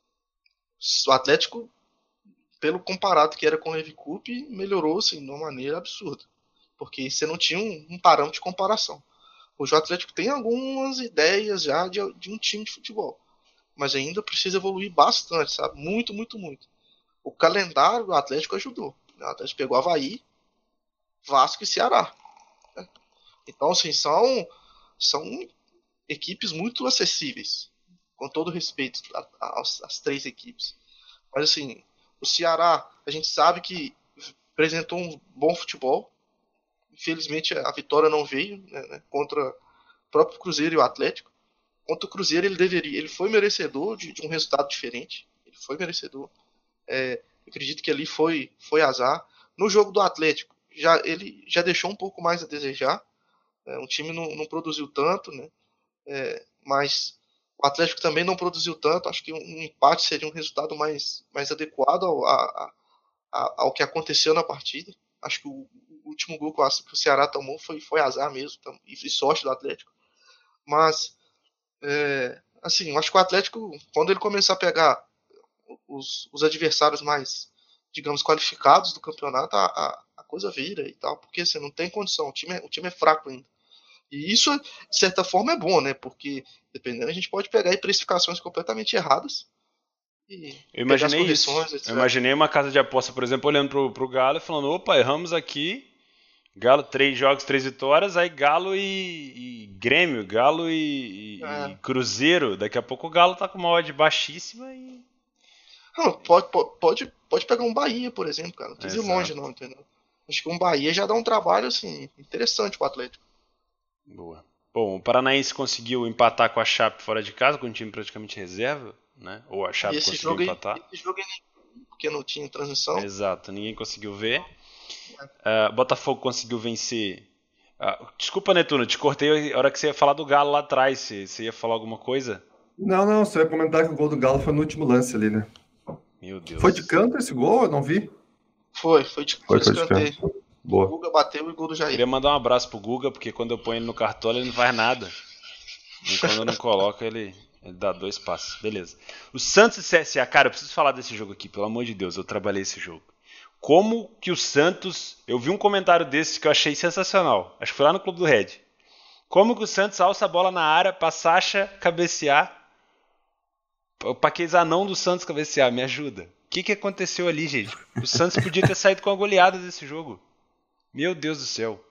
o Atlético, pelo comparado que era com o Levi Coupe, melhorou assim, de uma maneira absurda. Porque você não tinha um, um parâmetro de comparação. Hoje o Atlético tem algumas ideias já de, de um time de futebol. Mas ainda precisa evoluir bastante, sabe? Muito, muito, muito. O calendário do Atlético ajudou. O Atlético pegou Avaí, Vasco e Ceará. Né? Então, assim, são, são equipes muito acessíveis. Com todo respeito às, às três equipes. Mas, assim, o Ceará, a gente sabe que apresentou um bom futebol. Infelizmente, a vitória não veio, né, contra o próprio Cruzeiro e o Atlético. Contra o Cruzeiro, ele deveria, ele foi merecedor de, de um resultado diferente. Ele foi merecedor. É, acredito que ali foi, foi azar. No jogo do Atlético, já, ele já deixou um pouco mais a desejar. É, o time não, não produziu tanto, né? É, mas o Atlético também não produziu tanto. Acho que um empate seria um resultado mais, mais adequado ao, a, a, ao que aconteceu na partida. Acho que o, o último gol que o Ceará tomou foi, foi azar mesmo, e sorte do Atlético. Mas, é, assim, eu acho que o Atlético, quando ele começar a pegar os, os adversários mais, digamos, qualificados do campeonato, a, a, a coisa vira e tal, porque assim, não tem condição, o time, é, o time é fraco ainda. E isso, de certa forma, é bom, né? Porque, dependendo, a gente pode pegar aí precificações completamente erradas. E eu imaginei isso. Eu imaginei uma casa de aposta, por exemplo, olhando pro, pro Galo e falando, opa, erramos aqui. Galo, três jogos, três vitórias, aí Galo e, e Grêmio, Galo e, é. e Cruzeiro. Daqui a pouco o Galo tá com uma odd baixíssima e... Não, pode, pode, pode pegar um Bahia, por exemplo, cara. Não precisa ir longe, não, entendeu? Acho que um Bahia já dá um trabalho, assim, interessante pro Atlético. Boa. Bom, o Paranaense conseguiu empatar com a Chape fora de casa, com um time praticamente reserva, né? Ou a Chape esse conseguiu jogo empatar. Aí, esse jogo aí, porque não tinha transmissão. Exato, ninguém conseguiu ver. Uh, Botafogo conseguiu vencer. Uh, desculpa, Netuno, te cortei a hora que você ia falar do Galo lá atrás. Você, você ia falar alguma coisa? Não, não, você ia comentar que o gol do Galo foi no último lance ali, né? Meu Deus. Foi de canto esse gol? Eu não vi. Foi, foi de, foi foi de canto. Boa. O Guga bateu e o gol do Jair. Queria mandar um abraço pro Guga, porque quando eu ponho ele no cartola ele não faz nada. E quando eu não coloco ele, ele dá dois passos. Beleza. O Santos e C S A, cara, eu preciso falar desse jogo aqui, pelo amor de Deus, eu trabalhei esse jogo. Como que o Santos... Eu vi um comentário desse que eu achei sensacional. Acho que foi lá no Clube do Red. Como que o Santos alça a bola na área pra Sacha cabecear? Pra que anão do Santos cabecear? Me ajuda. O que, que aconteceu ali, gente? O Santos podia ter saído com a goleada desse jogo. Meu Deus do céu.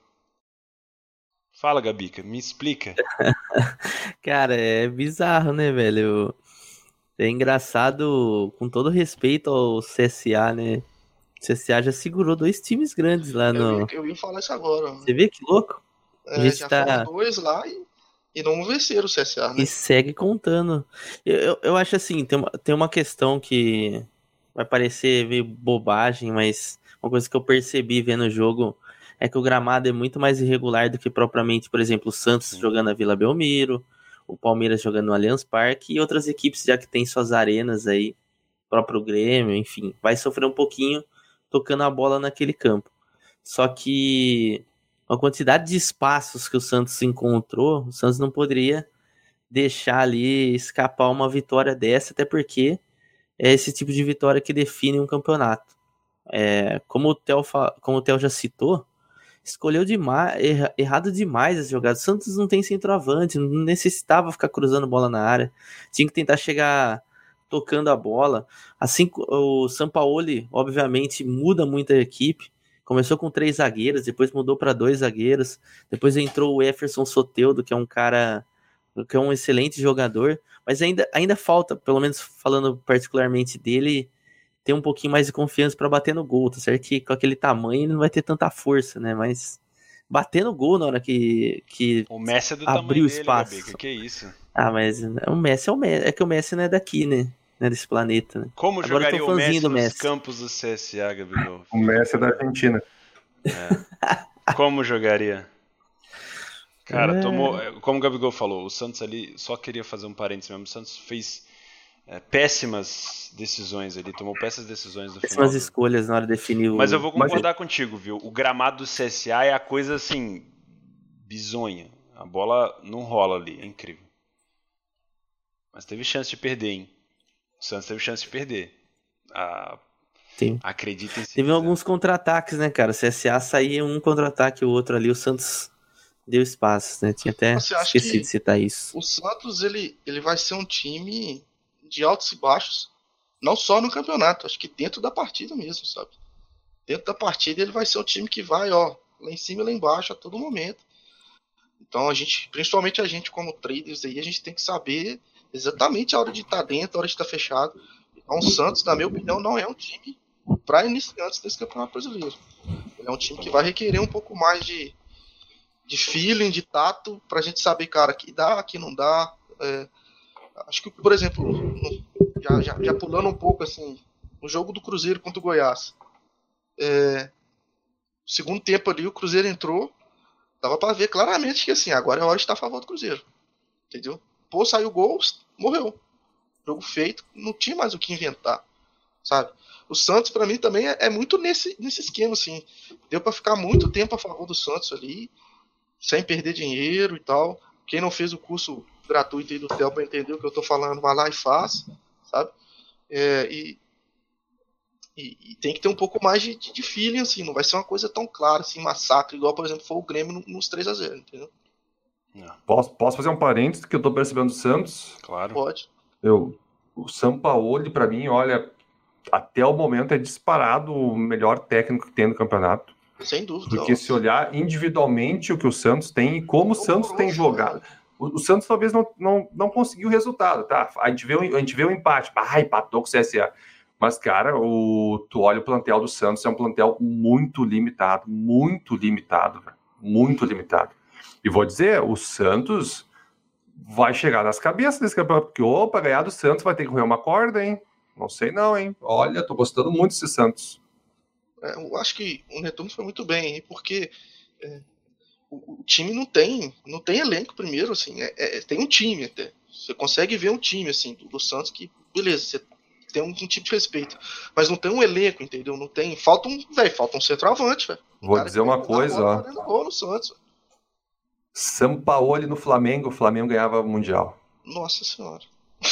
Fala, Gabica, me explica. Cara, é bizarro, né, velho? É engraçado, com todo respeito ao C S A, né? O C S A já segurou dois times grandes lá no... Eu, eu ia falar isso agora. Você vê que louco? É, a gente já tá... foram dois lá e, e não venceram o C S A, né? E segue contando. Eu, eu, eu acho assim, tem uma, tem uma questão que vai parecer meio bobagem, mas uma coisa que eu percebi vendo o jogo é que o gramado é muito mais irregular do que propriamente, por exemplo, o Santos Sim. jogando na Vila Belmiro, o Palmeiras jogando no Allianz Parque e outras equipes já que tem suas arenas aí, o próprio Grêmio, enfim, vai sofrer um pouquinho tocando a bola naquele campo. Só que a quantidade de espaços que o Santos encontrou, o Santos não poderia deixar ali escapar uma vitória dessa, até porque é esse tipo de vitória que define um campeonato. É, como o Theo, como o Theo já citou, escolheu demais, erra, errado demais as jogadas. O Santos não tem centroavante, não necessitava ficar cruzando bola na área, tinha que tentar chegar tocando a bola. Assim, o Sampaoli, obviamente, muda muito a equipe. Começou com três zagueiros, depois mudou para dois zagueiros, depois entrou o Jefferson Soteldo, que é um cara, que é um excelente jogador, mas ainda, ainda falta, pelo menos falando particularmente dele, ter um pouquinho mais de confiança para bater no gol, tá certo que com aquele tamanho ele não vai ter tanta força, né, mas bater no gol na hora que, que o Messi é do abriu tamanho espaço. Dele, Gabi, que que é isso? Ah, mas o Messi é o Messi, é que o Messi não é daqui, né? né, desse planeta, né? Como Agora eu jogaria tô o Messi fãzinho do nos Messi. campos do C S A, Gabigol? O Messi é da Argentina. É. Como jogaria? Cara, É. tomou. Como o Gabigol falou, o Santos ali, só queria fazer um parênteses mesmo. O Santos fez é, péssimas decisões ali, tomou péssimas decisões no Péssimas final. Do... escolhas na hora de definir o... Mas eu vou Mas- concordar contigo, viu? O gramado do C S A é a coisa assim, bizonha. A bola não rola ali, é incrível. Mas teve chance de perder, hein? O Santos teve chance de perder. Ah, Sim. acreditem se Teve quiser. alguns contra-ataques, né, cara? O C S A saía um contra-ataque, o outro ali, o Santos deu espaços, né? Tinha até Você acha esquecido que- de citar isso. O Santos, ele, ele vai ser um time de altos e baixos, não só no campeonato, acho que dentro da partida mesmo, sabe? Dentro da partida ele vai ser um time que vai, ó, lá em cima e lá embaixo a todo momento. Então a gente, principalmente a gente como traders aí, a gente tem que saber exatamente a hora de estar dentro, a hora de estar fechado. Então o Santos, na minha opinião, não é um time para iniciantes desse Campeonato Brasileiro. Ele é um time que vai requerer um pouco mais de, de feeling, de tato, pra gente saber, cara, que dá, que não dá. É, acho que, por exemplo, no- já, já, já pulando um pouco assim, no jogo do Cruzeiro contra o Goiás. É, segundo tempo ali, o Cruzeiro entrou, dava pra ver claramente que assim, agora é hora de estar a favor do Cruzeiro. Entendeu? Pô, saiu gol, morreu. Jogo feito, não tinha mais o que inventar, sabe? O Santos, pra mim, também é, é muito nesse, nesse esquema, assim. Deu pra ficar muito tempo a favor do Santos ali, sem perder dinheiro e tal. Quem não fez o curso gratuito aí do Theo pra entender o que eu tô falando, vai lá e faz, sabe? É, e, e, e tem que ter um pouco mais de, de, de feeling, assim. Não vai ser uma coisa tão clara, assim, massacre, igual, por exemplo, foi o Grêmio no- nos três a zero, entendeu? Não, Posso, posso fazer um parênteses que eu tô percebendo do Santos? claro. Pode. Eu, o Sampaoli, pra mim, olha, até o momento é disparado o melhor técnico que tem no campeonato. Sem dúvida. Porque ó. se olhar individualmente o que o Santos tem e como o Santos tem jogado. O, o Santos talvez não, não, não conseguiu o resultado, tá? A gente vê o, a gente vê o empate. Ah, empatou com o C S A. Mas, cara, o, tu olha o plantel do Santos, é um plantel muito limitado, muito limitado, velho. Muito limitado. E vou dizer, o Santos vai chegar nas cabeças desse campeonato, porque, opa, ganhar do Santos vai ter que correr uma corda, hein? Não sei não, hein? Olha, tô gostando muito desse Santos. É, eu acho que o Netuno foi muito bem, hein, porque é, o, o time não tem, não tem elenco primeiro, assim, é, é, tem um time até. Você consegue ver um time assim do, do Santos que, beleza, você tem um, um tipo de respeito, mas não tem um elenco, entendeu? Não tem, falta um, velho, falta um centroavante, velho. Um Vou cara dizer que vai uma jogar a coisa, bola ó. fazendo gol no Santos. Véio. Sampaoli no Flamengo, o Flamengo ganhava o Mundial. Nossa senhora.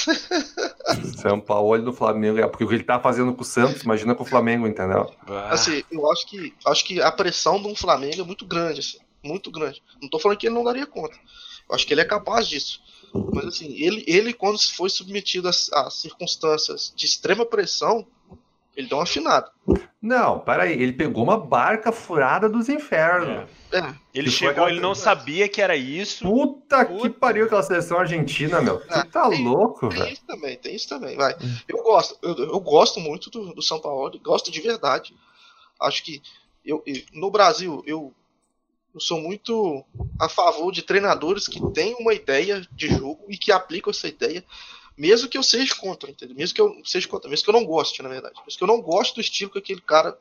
Sampaoli no Flamengo, é porque o que ele tá fazendo com o Santos, imagina com o Flamengo, entendeu? Ah, Assim, eu acho que acho que a pressão de um Flamengo é muito grande, assim, muito grande. Não tô falando que ele não daria conta. Eu acho que ele é capaz disso. Mas assim, ele, ele quando foi submetido a, a circunstâncias de extrema pressão, ele deu uma afinada. Não, peraí, ele pegou uma barca furada dos infernos. é. É, Ele Que foi chegou, aquela ele não coisa- sabia que era isso. Puta, Puta. que pariu aquela seleção argentina, meu. Ah, Tu tá tem- louco, tem velho. isso também, tem isso também, vai. Eu gosto, eu, eu gosto muito do, do São Paulo, gosto de verdade. Acho que eu, eu- no Brasil eu, eu sou muito a favor de treinadores que têm uma ideia de jogo e que aplicam essa ideia, mesmo que eu seja contra, entendeu? Mesmo que eu seja contra, mesmo que eu não goste, na verdade. Mesmo que eu não goste do estilo que aquele cara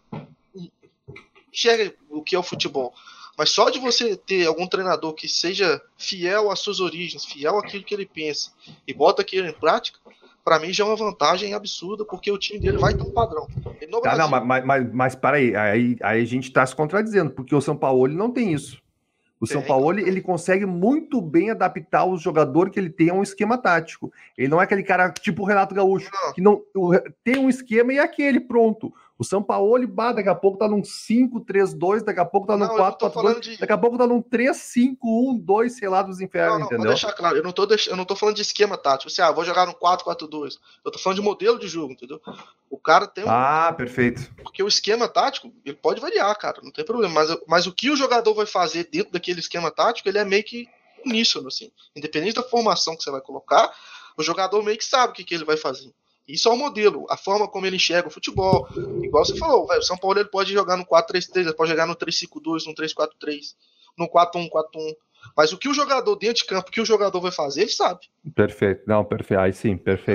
enxerga o que é o futebol. Mas só de você ter algum treinador que seja fiel às suas origens, fiel àquilo que ele pensa e bota aquilo em prática, pra mim já é uma vantagem absurda, porque o time dele vai ter um padrão. E no Tá, Brasil, não, mas, mas, mas peraí, aí, aí a gente tá se contradizendo, porque o São Paulo não tem isso. O São Tem. Paulo ele consegue muito bem adaptar o jogador que ele tem a um esquema tático. Ele não é aquele cara tipo o Renato Gaúcho, Não. que não o- tem um esquema e é aquele, pronto. O São Paulo, bah, daqui a pouco tá num cinco três dois, daqui a pouco tá num Não, eu não quatro tô quatro falando dois, de- daqui a pouco tá num três cinco um dois, sei lá, dos infernos, não, não, vou entendeu? deixar claro, eu não tô, deix... eu não tô falando de esquema tático. Assim, ah, vou jogar no quatro quatro dois. Eu tô falando de modelo de jogo, entendeu? O cara tem um. Ah, perfeito. Porque o esquema tático, ele pode variar, cara, não tem problema. Mas, mas o que o jogador vai fazer dentro daquele esquema tático, ele é meio que uníssono, assim. Independente da formação que você vai colocar, o jogador meio que sabe o que, que ele vai fazer. Isso é o modelo, a forma como ele enxerga o futebol. Igual você falou, véio, o São Paulo ele pode jogar no quatro três três, ele pode jogar no três cinco dois, no três quatro três, no quatro um quatro um. Mas o que o jogador dentro de campo, o que o jogador vai fazer, ele sabe. Perfeito. Não, perfeito. Aí sim, perfeito.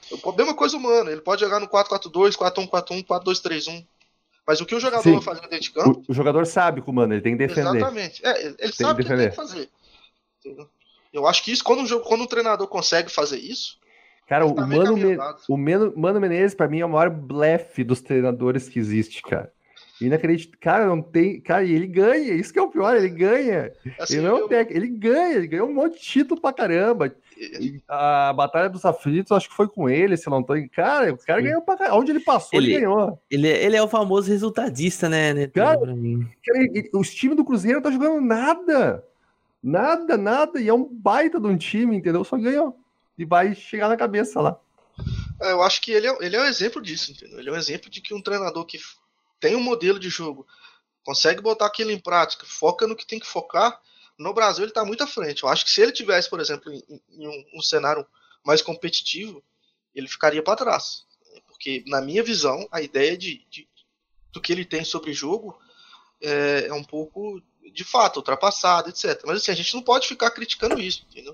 O problema é coisa humana. Ele pode jogar no quatro quatro dois, quatro um quatro um, quatro dois três um. Mas o que o jogador Sim. vai fazer dentro de campo... O, o jogador sabe que o mano, ele tem que defender. Exatamente. É, ele Tem sabe o que que ele tem defender. que fazer. Entendeu? Eu acho que isso, quando um, jogo, quando um treinador consegue fazer isso... Cara, ele o tá meio Mano, caminho Me- andado. o Mano, Mano Menezes, pra mim, é o maior blefe dos treinadores que existe, cara. Inacreditável. Cara, não tem. Cara, e ele ganha. Isso que é o pior, ele ganha. Assim, ele não é eu- um técnico, ele ganha, ele ganhou um monte de título pra caramba. E a Batalha dos Aflitos, acho que foi com ele, se eu não tô em. Cara, o cara ganhou pra caramba. Onde ele passou, ele, Ele- ganhou. Ele, é- ele é o famoso resultadista, né? né Cara, pra mim. Cara, ele- os times do Cruzeiro não tá jogando nada. Nada, nada. E é um baita de um time, entendeu? Só ganhou. E vai chegar na cabeça lá. É, eu acho que ele é, ele é um exemplo disso, entendeu? Ele é um exemplo de que um treinador que f- tem um modelo de jogo, consegue botar aquilo em prática, foca no que tem que focar, no Brasil ele está muito à frente. Eu acho que se ele tivesse, por exemplo, em, em um, um cenário mais competitivo, ele ficaria para trás. Porque, na minha visão, a ideia de, de- do que ele tem sobre jogo é, é um pouco, de fato, ultrapassado, etcétera. Mas assim, a gente não pode ficar criticando isso, entendeu?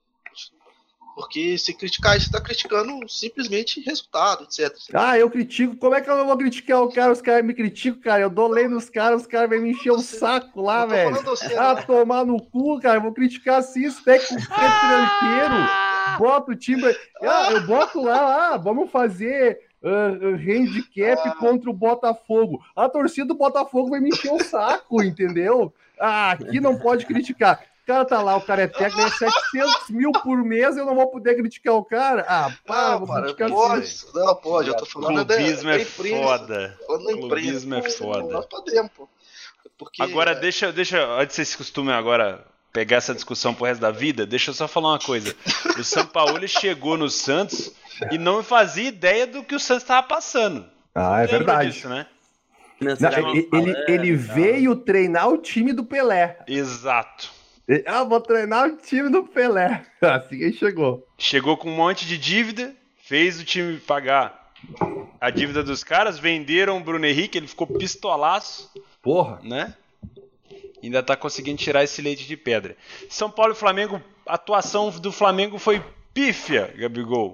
Porque se criticar isso, está criticando simplesmente resultado, etcétera. Ah, eu critico. Como é que eu não vou criticar o cara? Os caras me criticam, cara. Eu dou lei nos caras, os caras vão me encher o saco lá, Não tô velho. falando você, Ah, né? tomar no cu, cara. Eu vou criticar sim, esse técnico financeiro. Bota o time. Ah, eu boto lá, ah, vamos fazer uh, handicap contra o Botafogo. A torcida do Botafogo vai me encher o saco, entendeu? Ah, aqui não pode criticar. O cara tá lá, o cara é técnico, ganha setecentos mil por mês, eu não vou poder criticar o cara? Ah, para, Não, vou cara, criticar pode. sim. Não, pode. Eu tô falando da, Clubismo da é imprensa. foda. Tô falando da imprensa. Clubismo é Pô, foda. Nós podemos, pô. Porque, Agora, é, deixa, deixa, antes que vocês se costumem agora pegar essa discussão pro resto da vida, deixa eu só falar uma coisa. O São Paulo chegou no Santos e não fazia ideia do que o Santos estava passando. Ah, é Lembra verdade. disso, né? Não, você Não, já ele ouviu ele, falando, ele tal. veio treinar o time do Pelé. Exato. Ele, ah, vou treinar o time do Pelé. Assim que ele chegou. Chegou com um monte de dívida, fez o time pagar a dívida dos caras, venderam o Bruno Henrique, ele ficou pistolaço, Porra. né? Ainda tá conseguindo tirar esse leite de pedra. São Paulo e Flamengo, a atuação do Flamengo foi pífia, Gabigol.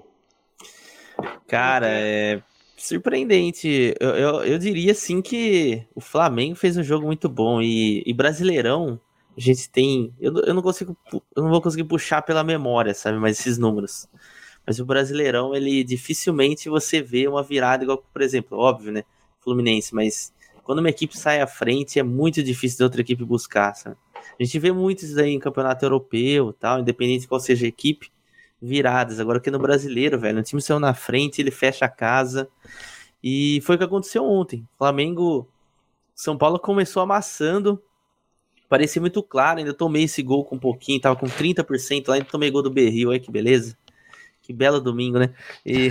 Cara, é surpreendente. Eu, eu, eu diria sim que o Flamengo fez um jogo muito bom. E, e Brasileirão, a gente tem. Eu, não- eu não consigo. pu- Eu não vou conseguir puxar pela memória, sabe? Mas esses números. Mas o Brasileirão, ele dificilmente você vê uma virada igual, por exemplo, óbvio, né? Fluminense, mas quando uma equipe sai à frente, é muito difícil de outra equipe buscar, sabe? A gente vê muito isso aí em campeonato europeu, tal, independente de qual seja a equipe, viradas. Agora que no brasileiro, velho, o time saiu na frente, ele fecha a casa. E foi o que aconteceu ontem. Flamengo, São Paulo começou amassando. Parecia muito claro, ainda tomei esse gol com um pouquinho, tava com trinta por cento lá, ainda tomei gol do Berril, olha que beleza. Que belo domingo, né? E,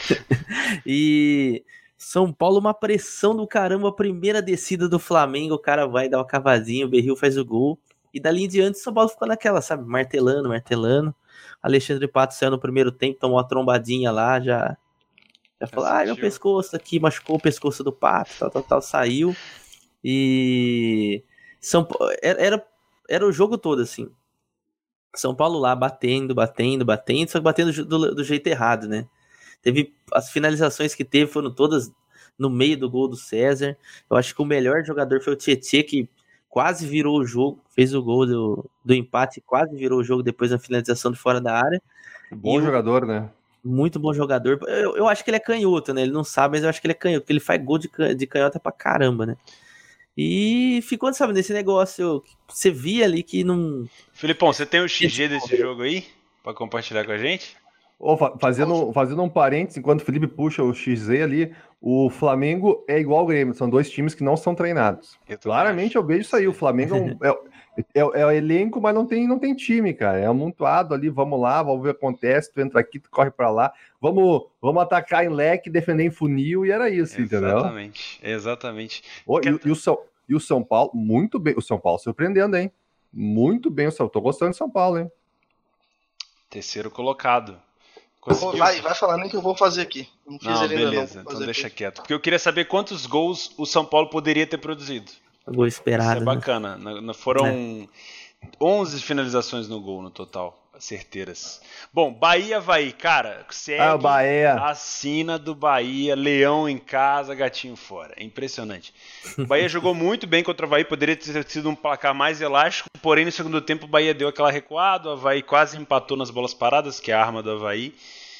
e São Paulo, uma pressão do caramba, a primeira descida do Flamengo, o cara vai dar uma cavadinha, o Berril faz o gol. E dali em diante, São Paulo ficou naquela, sabe? Martelando, martelando. Alexandre Pato saiu no primeiro tempo, tomou uma trombadinha lá, já, já falou, ai, meu sentiu. pescoço aqui, machucou o pescoço do Pato, tal, tal, tal, saiu. E São Paulo, era, era, era o jogo todo, assim. São Paulo lá, batendo, batendo, batendo, só que batendo do, do jeito errado, né? Teve, as finalizações que teve foram todas no meio do gol do César. Eu acho que o melhor jogador foi o Tietê, que quase virou o jogo, fez o gol do, do empate, quase virou o jogo depois da finalização de fora da área. Bom E o- jogador, né? Muito bom jogador. Eu, eu acho que ele é canhoto, né? Ele não sabe, mas eu acho que ele é canhoto, porque ele faz gol de, can- de canhota pra caramba, né? E ficou, sabe, nesse negócio, você via ali que não... Filipão, você tem o X G desse jogo aí? Pra compartilhar com a gente? Ô, fa- fazendo, fazendo um parênteses, enquanto o Felipe puxa o X Z ali, o Flamengo é igual ao Grêmio, são dois times que não são treinados. Eu também Claramente acho. eu vejo isso aí, o Flamengo é, um- é, é, é o elenco, mas não tem, não tem time, cara. É amontoado ali, vamos lá, vamos ver o que acontece, tu entra aqui, tu corre pra lá, vamos, vamos atacar em leque, defender em funil, e era isso, entendeu? Exatamente, exatamente. Ô, Quer- e, e o São, e o São Paulo, muito bem, o São Paulo surpreendendo, hein? Muito bem, o São, tô gostando de São Paulo, hein? Terceiro colocado. Pô, Conseguiu? vai, vai falando nem que eu vou fazer aqui. Eu não fiz Não, ele ainda beleza, não. então Fazer deixa aqui. quieto. Porque eu queria saber quantos gols o São Paulo poderia ter produzido. Gol Isso esperado, é né? bacana. Na- na- Foram onze finalizações no gol no total. certeiras. Bom, Bahia, Avaí, cara, segue Ah, Bahia. a sina do Bahia, Leão em casa, gatinho fora. É impressionante. O Bahia jogou muito bem contra o Avaí, poderia ter sido um placar mais elástico, porém no segundo tempo o Bahia deu aquela recuada, o Avaí quase empatou nas bolas paradas, que é a arma do Avaí.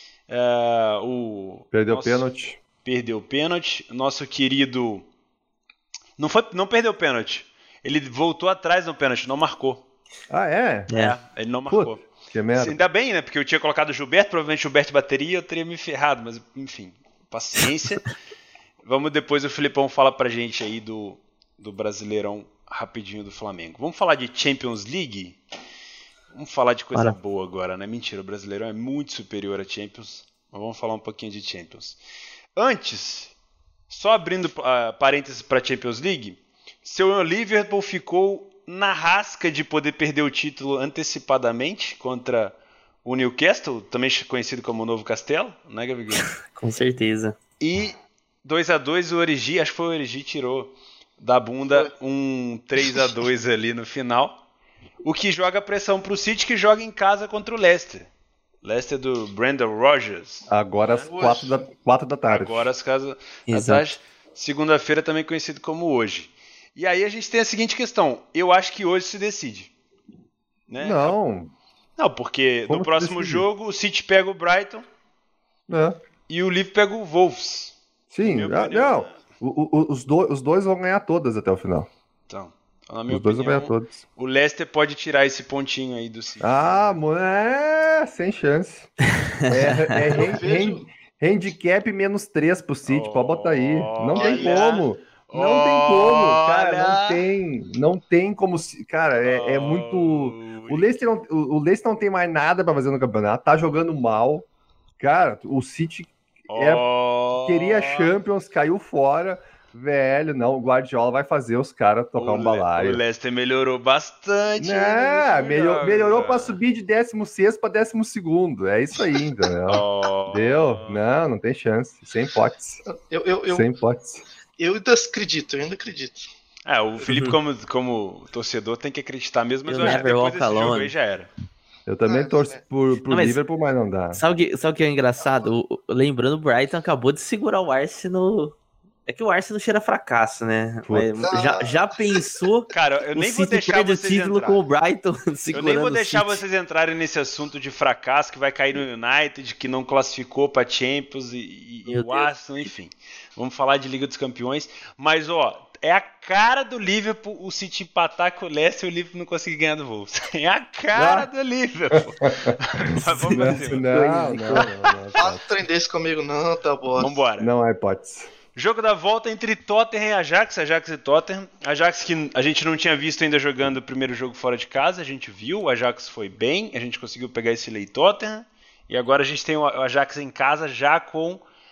Uh, o Perdeu o nosso... pênalti. Perdeu o pênalti. Nosso querido... Não, foi... não perdeu o pênalti. Ele voltou atrás no pênalti, não marcou. Ah, é? É, ele não marcou. Puta, que merda. Ainda bem, né? Porque eu tinha colocado o Gilberto, provavelmente o Gilberto bateria, eu teria me ferrado, mas enfim, paciência. Vamos depois, o Filipão fala pra gente aí do, do Brasileirão rapidinho do Flamengo. Vamos falar de Champions League? Vamos falar de coisa Para. boa agora, né? Mentira, o Brasileirão é muito superior a Champions, mas vamos falar um pouquinho de Champions. Antes, só abrindo uh, parênteses pra Champions League, seu Liverpool ficou na rasca de poder perder o título antecipadamente contra o Newcastle, também conhecido como o Novo Castelo, né, Gabriel? Com certeza. E dois a dois o Origi, acho que foi o Origi, tirou da bunda um três a dois ali no final, o que joga pressão pro City, que joga em casa contra o Leicester. Leicester do Brendan Rodgers. Agora às quatro da, quatro da tarde. Agora às casas da Exato. tarde, segunda-feira também conhecido como hoje. E aí a gente tem a seguinte questão. Eu acho que hoje se decide. Né? Não. Não, porque Como no se próximo decide? jogo o City pega o Brighton É. e o Liverpool pega o Wolves. Sim, Minha ah, opinião, não. né? O- o- os, do- os dois vão ganhar todas até o final. Então, na minha Os dois vão opinião, ganhar todas. o Leicester pode tirar esse pontinho aí do City. Ah, mo- é, sem chance. É, é Eu hand- vejo- hand- handicap menos três pro City, pode botar aí. Não tem Olha. como. Não tem como, cara, Olha. não tem. Não tem como. se- Cara, é, é muito. O Leicester, não, o o Leicester não tem mais nada pra fazer no campeonato, tá jogando mal. Cara, o City é- Oh. queria Champions, caiu fora. Velho, não, o Guardiola vai fazer os caras tocar O um Le- balaio. O Leicester melhorou bastante. Né, nos melhor, jogos, melhorou cara. pra subir de décimo sexto pra décimo segundo. É isso aí, entendeu? Oh. Deu? Não, não tem chance. Sem hipótese. Eu, eu, eu, Sem hipótese. eu ainda acredito, eu ainda acredito. É, o Felipe, como, como torcedor, tem que acreditar mesmo, mas You eu acho que never depois walk desse jogo alone. aí já era. Eu também Ah, torço é. por, por Não, mas- Liverpool, mas não dá. Sabe o que, sabe o que é engraçado? O- o- lembrando, o Brighton acabou de segurar o Arsenal. É que o Arsenal cheira fracasso, né? Putz. Mas já, já pensou Cara, eu o nem vou City deixar perde o vocês título entrar. com o Brighton Eu segurando nem vou o deixar City. vocês entrarem nesse assunto de fracasso que vai cair no United, que não classificou para Champions e, e, e Meu o Deus. Arsenal, enfim. Vamos falar de Liga dos Campeões. Mas, ó, é a cara do Liverpool o City empatar com o Leicester e o Liverpool não conseguir ganhar do Wolves. É a cara Ah. do Liverpool. Mas vamos Não, fazer. não, não, não, não, Faz não, um trem desse comigo, não, tá bom. Vambora. não há hipótese. Jogo da volta entre Tottenham e Ajax, Ajax e Tottenham. Ajax que a gente não tinha visto ainda jogando o primeiro jogo fora de casa, a gente viu, o Ajax foi bem, a gente conseguiu pegar esse lei Tottenham. E agora a gente tem o Ajax em casa já com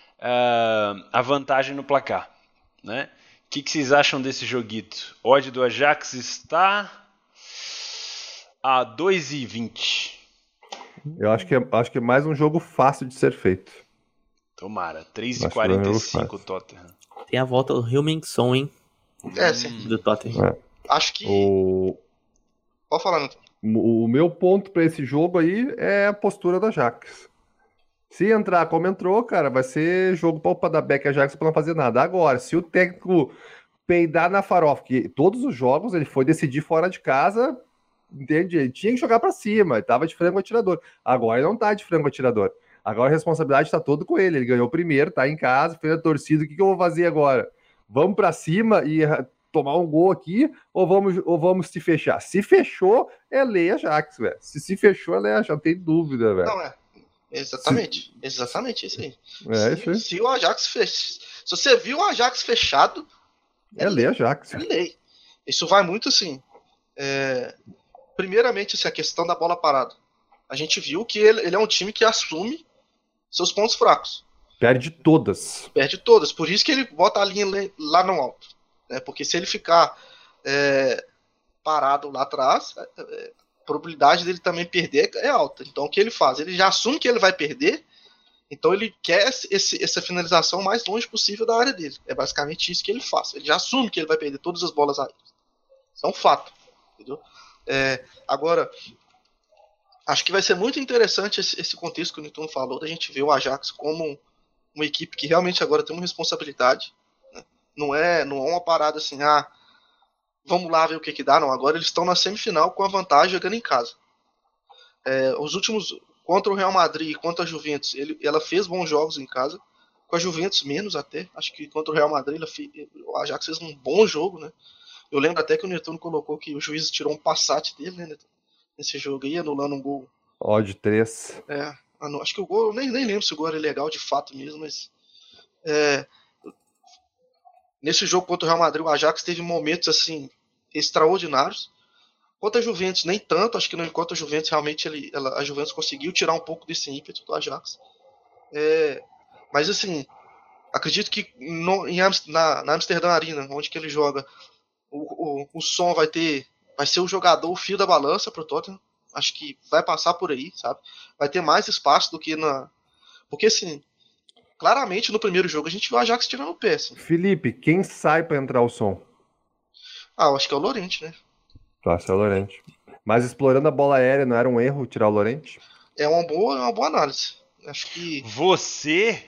uh, a vantagem no placar. Né? O que, que vocês acham desse joguito? Odd do Ajax está a dois e vinte. Eu acho que, é, acho que é mais um jogo fácil de ser feito. Tomara, três e Acho que vai quarenta e jogo cinco fácil. Tottenham. Tem a volta do Heung-min-son, hein? É, sim. Do Tottenham. É. Acho que. O, Pode falar, Milton. o meu ponto pra esse jogo aí é a postura do Ajax. Se entrar como entrou, cara, vai ser jogo pra dar back Ajax pra não fazer nada. Agora, se o técnico peidar na farofa, que todos os jogos ele foi decidir fora de casa, entende? Ele tinha que jogar pra cima, ele tava de frango atirador. Agora ele não tá de frango atirador. Agora a responsabilidade tá toda com ele. Ele ganhou primeiro, tá em casa, fez a torcida. O que, que eu vou fazer agora? Vamos pra cima e tomar um gol aqui ou vamos, ou vamos se fechar? Se fechou, é lei Ajax, velho. Se se fechou, é lei Ajax, não tem dúvida, velho. Não, é. Exatamente. Exatamente isso aí. É isso se, aí. se o Ajax fech... Se você viu o Ajax fechado, É lei Ajax. é lei. Isso vai muito assim. É... Primeiramente, assim, a questão da bola parada. A gente viu que ele, ele é um time que assume seus pontos fracos. Perde todas. Perde todas. Por isso que ele bota a linha lá no alto. Né? Porque se ele ficar é, parado lá atrás, é, a probabilidade dele também perder é alta. Então o que ele faz? Ele já assume que ele vai perder, então ele quer esse, essa finalização o mais longe possível da área dele. É basicamente isso que ele faz. Ele já assume que ele vai perder todas as bolas aéreas. Isso é um fato. Entendeu? É, agora, Acho que vai ser muito interessante esse, esse contexto que o Newton falou, da gente ver o Ajax como uma equipe que realmente agora tem uma responsabilidade. Né? Não é, não é uma parada assim, ah, vamos lá ver o que que dá, não. Agora eles estão na semifinal com a vantagem jogando em casa. É, os últimos, contra o Real Madrid e contra a Juventus, ele, ela fez bons jogos em casa. Com a Juventus menos até. Acho que contra o Real Madrid ela fez, o Ajax fez um bom jogo, né? Eu lembro até que o Netuno colocou que o juiz tirou um passate dele, né, Netuno? Nesse jogo aí, anulando um gol. Odd três. É, acho que o gol, eu nem, nem lembro se o gol era legal de fato mesmo, mas é, nesse jogo contra o Real Madrid, o Ajax teve momentos assim extraordinários. Contra a Juventus, nem tanto. Acho que não, contra a Juventus, realmente ele, ela, a Juventus conseguiu tirar um pouco desse ímpeto do Ajax. É, mas assim, acredito que no, em Amst- na, na Amsterdã Arena, onde que ele joga, o, o, o som vai ter, vai ser o jogador, o fio da balança pro Tottenham. Acho que vai passar por aí, sabe? Vai ter mais espaço do que na... Porque assim, claramente no primeiro jogo a gente viu o Ajax tirando o pé, assim. Felipe, quem sai pra entrar o som? Ah, eu acho que é o Llorente, né? Tá, é o Llorente. Mas explorando a bola aérea, não era um erro tirar o Llorente? É uma boa, é uma boa análise. Acho que... Você,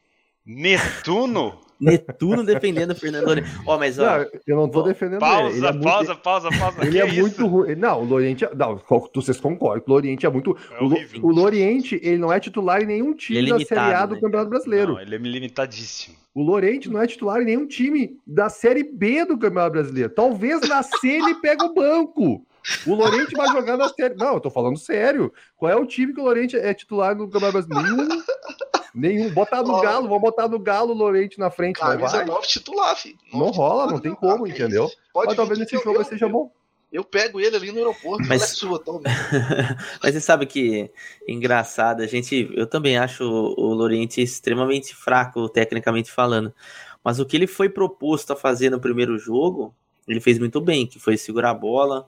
Netuno? Netuno defendendo o Fernando Llorente. Ó, mas ó, Não, eu não tô ó, defendendo Pausa, ele. Ele é muito, pausa, pausa, pausa. ele Que é isso? muito ruim. Não, o Loriente. Não, vocês concordam. O Loriente é muito. É o, Lo- horrível. o Loriente, ele não é titular em nenhum time Ele é da Série A limitado, do né? Campeonato Brasileiro. Não, ele é limitadíssimo. O Loriente não é titular em nenhum time da Série B do Campeonato Brasileiro. Talvez na C ele pegue o banco. O Loriente vai jogar na Série. Não, eu tô falando sério. Qual é o time que o Loriente é titular no Campeonato Brasileiro? Nenhum. Nenhum. Botar no Ó, Galo, vamos botar no Galo o Loriente na frente. Não camisa vai. nove titular, filho. Não Nove rola, titular, não tem ah, como, que entendeu? isso. Pode Mas talvez vir nesse que jogo eu, seja eu, bom. eu pego ele ali no aeroporto, Mas- ela é sua, toma. mas você sabe que engraçado, a gente, eu também acho o Llorente extremamente fraco, tecnicamente falando. Mas o que ele foi proposto a fazer no primeiro jogo, ele fez muito bem, que foi segurar a bola,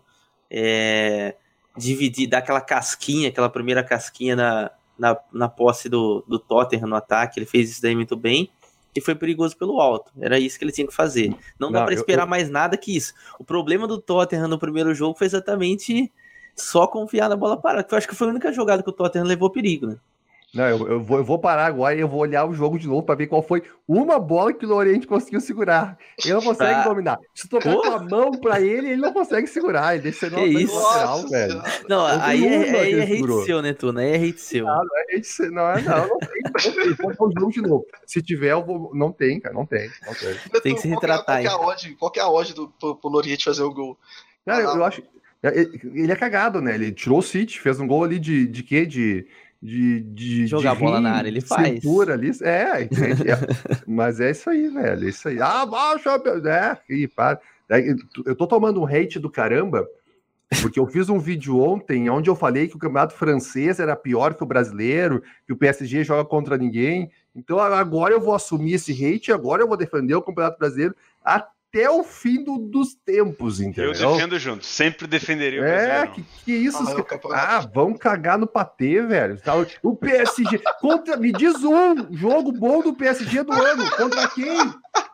é, dividir, dar aquela casquinha, aquela primeira casquinha na, na, na posse do, do Tottenham no ataque. Ele fez isso daí muito bem e foi perigoso pelo alto. Era isso que ele tinha que fazer. Não, Não, dá pra eu- esperar eu- mais nada que isso. O problema do Tottenham no primeiro jogo foi exatamente só confiar na bola parada, que eu acho que foi a única jogada que o Tottenham levou perigo, né? Não, eu, eu vou, eu vou parar agora e eu vou olhar o jogo de novo para ver qual foi uma bola que o Loriente conseguiu segurar. Ele não consegue Tá. dominar. Se tocar Pô. com a mão para ele, ele não consegue segurar. Ele deixa Que no isso? lateral, Nossa velho. Senhora. Não, Eu vi aí é, uma que aí ele é hate segurou. seu, né, Tuna? Aí é hate seu. Ah, não é esse- não, é, não, não tem. Não tem. Pode pôr o jogo de novo. Se tiver, eu vou. Não tem, cara, não tem. Não tem. Tem que se Qual que é- retratar, Qual que é a odd, qual que é a odd do, pro, pro Loriente fazer o gol? Cara, eu, eu acho. Ele ele é cagado, né? Ele tirou o City, fez um gol ali de, de quê? De. De, de, Jogar de a bola rim, na área, ele de faz. cintura ali. É, entende? É. Mas é isso aí, velho. É isso aí. Ah, baixa! É, e para. Daí, eu tô tomando um hate do caramba, porque eu fiz um vídeo ontem onde eu falei que o campeonato francês era pior que o brasileiro, que o P S G joga contra ninguém. Então agora eu vou assumir esse hate, agora eu vou defender o campeonato brasileiro até o fim do- dos tempos, entendeu? Eu defendo junto. Sempre defenderia o É, Brasileirão. que, que isso? Ah, os é o ca- campeonato. Ah, vão cagar no patê, velho. O P S G. Contra... Me diz um jogo bom do P S G do ano. Contra quem?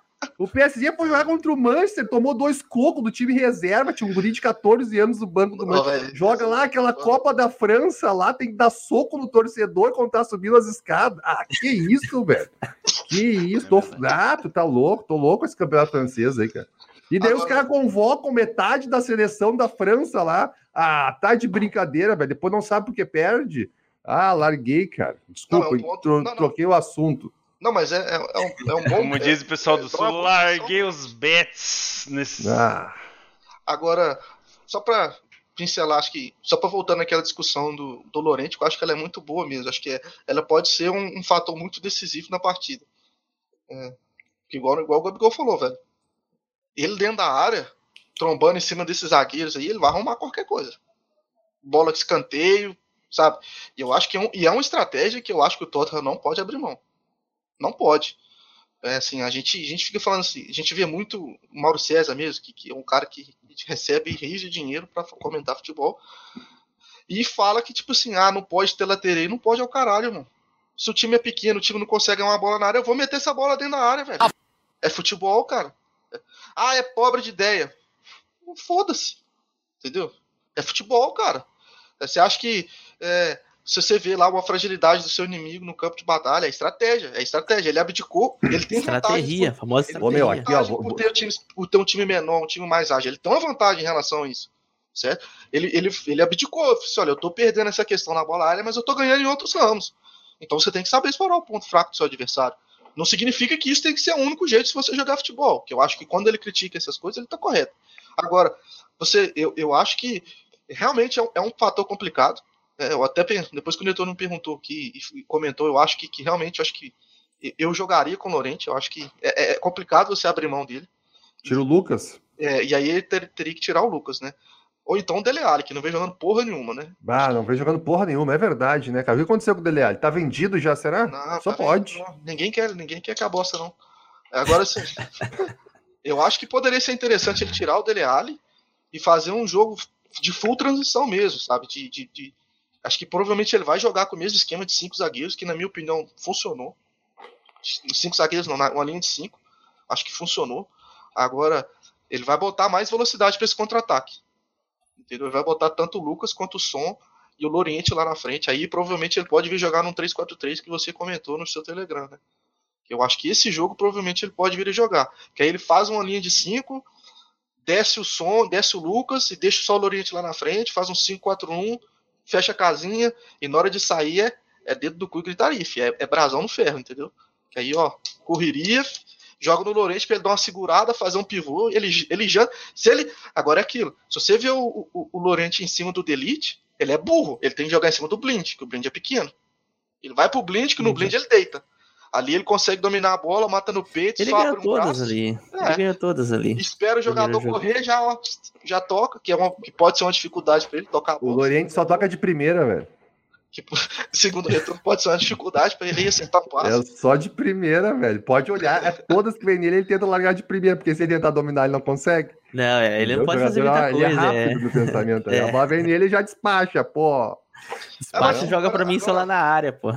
O P S G foi jogar contra o Manchester, tomou dois cocos do time reserva, tinha um guri de catorze anos no banco do Ó, Manchester. velho. Joga lá aquela Copa da França lá, tem que dar soco no torcedor quando tá subindo as escadas. Ah, que isso, velho? Que isso? Tô... Ah, tu tá louco, tô louco com esse campeonato francês aí, cara. E daí Agora- os caras convocam metade da seleção da França lá. Ah, tá de brincadeira, velho. Depois não sabe por que perde. Ah, larguei, cara. Desculpa, Não, é um ponto- tro- não, não. troquei o assunto. Não, mas é, é, é um, é um bom. Como diz o pessoal é, do é Sul, uma boa larguei os bets nesse. Ah, Agora, só pra pincelar, acho que. Só pra voltar naquela discussão do, do Llorente, que eu acho que ela é muito boa mesmo. Acho que é, ela pode ser um, um fator muito decisivo na partida. É, igual, igual o Gabigol falou, velho. Ele dentro da área, trombando em cima desses zagueiros aí, ele vai arrumar qualquer coisa. Bola de escanteio, sabe? E eu acho que é, um, e é uma estratégia que eu acho que o Tottenham não pode abrir mão. Não pode. É assim, a gente, a gente fica falando assim, a gente vê muito o Mauro César mesmo, que, que é um cara que recebe rios de dinheiro pra comentar futebol, e fala que, tipo assim, ah, não pode ter lateral, não pode ao caralho, mano. Se o time é pequeno, o time não consegue ganhar uma bola na área, eu vou meter essa bola dentro da área, velho. É futebol, cara. Ah, é pobre de ideia. Foda-se. Entendeu? É futebol, cara. Você acha que é, se você vê lá uma fragilidade do seu inimigo no campo de batalha, é estratégia, é estratégia. Ele abdicou, ele tem estratégia, vantagem. Famosa ele estratégia. tem vantagem ó, vou, por, ter um time, por ter um time menor, um time mais ágil. Ele tem uma vantagem em relação a isso. Certo? Ele, ele, ele abdicou, disse, olha, eu tô perdendo essa questão na bola aérea, mas eu tô ganhando em outros ramos. Então você tem que saber explorar o ponto fraco do seu adversário. Não significa que isso tem que ser o único jeito se você jogar futebol, que eu acho que quando ele critica essas coisas, ele tá correto. Agora, você, eu, eu acho que realmente é um, é um fator complicado. É, eu até depois que o Neto me perguntou aqui e comentou, eu acho que, que realmente eu acho que eu jogaria com o Llorente, eu acho que é, é complicado você abrir mão dele. Tira o Lucas. É, e aí ele ter, teria que tirar o Lucas, né? Ou então o Dele Alli, que não vem jogando porra nenhuma, né? Ah, não vem jogando porra nenhuma, é verdade, né, cara? O que aconteceu com o Dele Alli? Tá vendido já, será? Não, Só tá pode. Vendo, não. Ninguém quer, ninguém quer que a bosta, não. Agora, assim, eu acho que poderia ser interessante ele tirar o Dele Alli e fazer um jogo de full transição mesmo, sabe? De, de, de... Acho que provavelmente ele vai jogar com o mesmo esquema de cinco zagueiros, que na minha opinião funcionou. Cinco zagueiros não, uma linha de cinco. Acho que funcionou. Agora, ele vai botar mais velocidade para esse contra-ataque. Entendeu? Ele vai botar tanto o Lucas quanto o Son e o Llorente lá na frente. Aí provavelmente ele pode vir jogar num três quatro três que você comentou no seu Telegram, né? Eu acho que esse jogo provavelmente ele pode vir a jogar. Que aí ele faz uma linha de cinco, desce o Son, desce o Lucas e deixa só o Llorente lá na frente, faz um cinco quatro um, fecha a casinha e na hora de sair é, é dedo do cu e gritaria, é, é brasão no ferro, entendeu? Que aí, ó, correria, joga no Llorente pra ele dar uma segurada, fazer um pivô, ele, ele já... Se ele, agora é aquilo, se você vê o, o, o Llorente em cima do Delite, ele é burro, ele tem que jogar em cima do Blind, que o Blind é pequeno. Ele vai pro Blind, que no Blind ele deita. Ali ele consegue dominar a bola, mata no peito, ele só ganha abre um todas braço. ali. É. Ele ganha todas ali. Espera o jogador correr, já, ó, já toca, que, é uma, que pode ser uma dificuldade pra ele tocar a bola. O Llorente só toca de primeira, velho. Tipo, segundo retorno pode ser uma dificuldade pra ele ir acertar o passe. É só de primeira, velho. Pode olhar, é todas que vem nele, ele tenta largar de primeira, porque se ele tentar dominar, ele não consegue. Não, é, ele Entendeu? não pode fazer muita ele coisa. Ele é rápido é. no pensamento. É. A bola vem nele e já despacha, pô. Despacha É, e joga pra mim só lá na área, pô.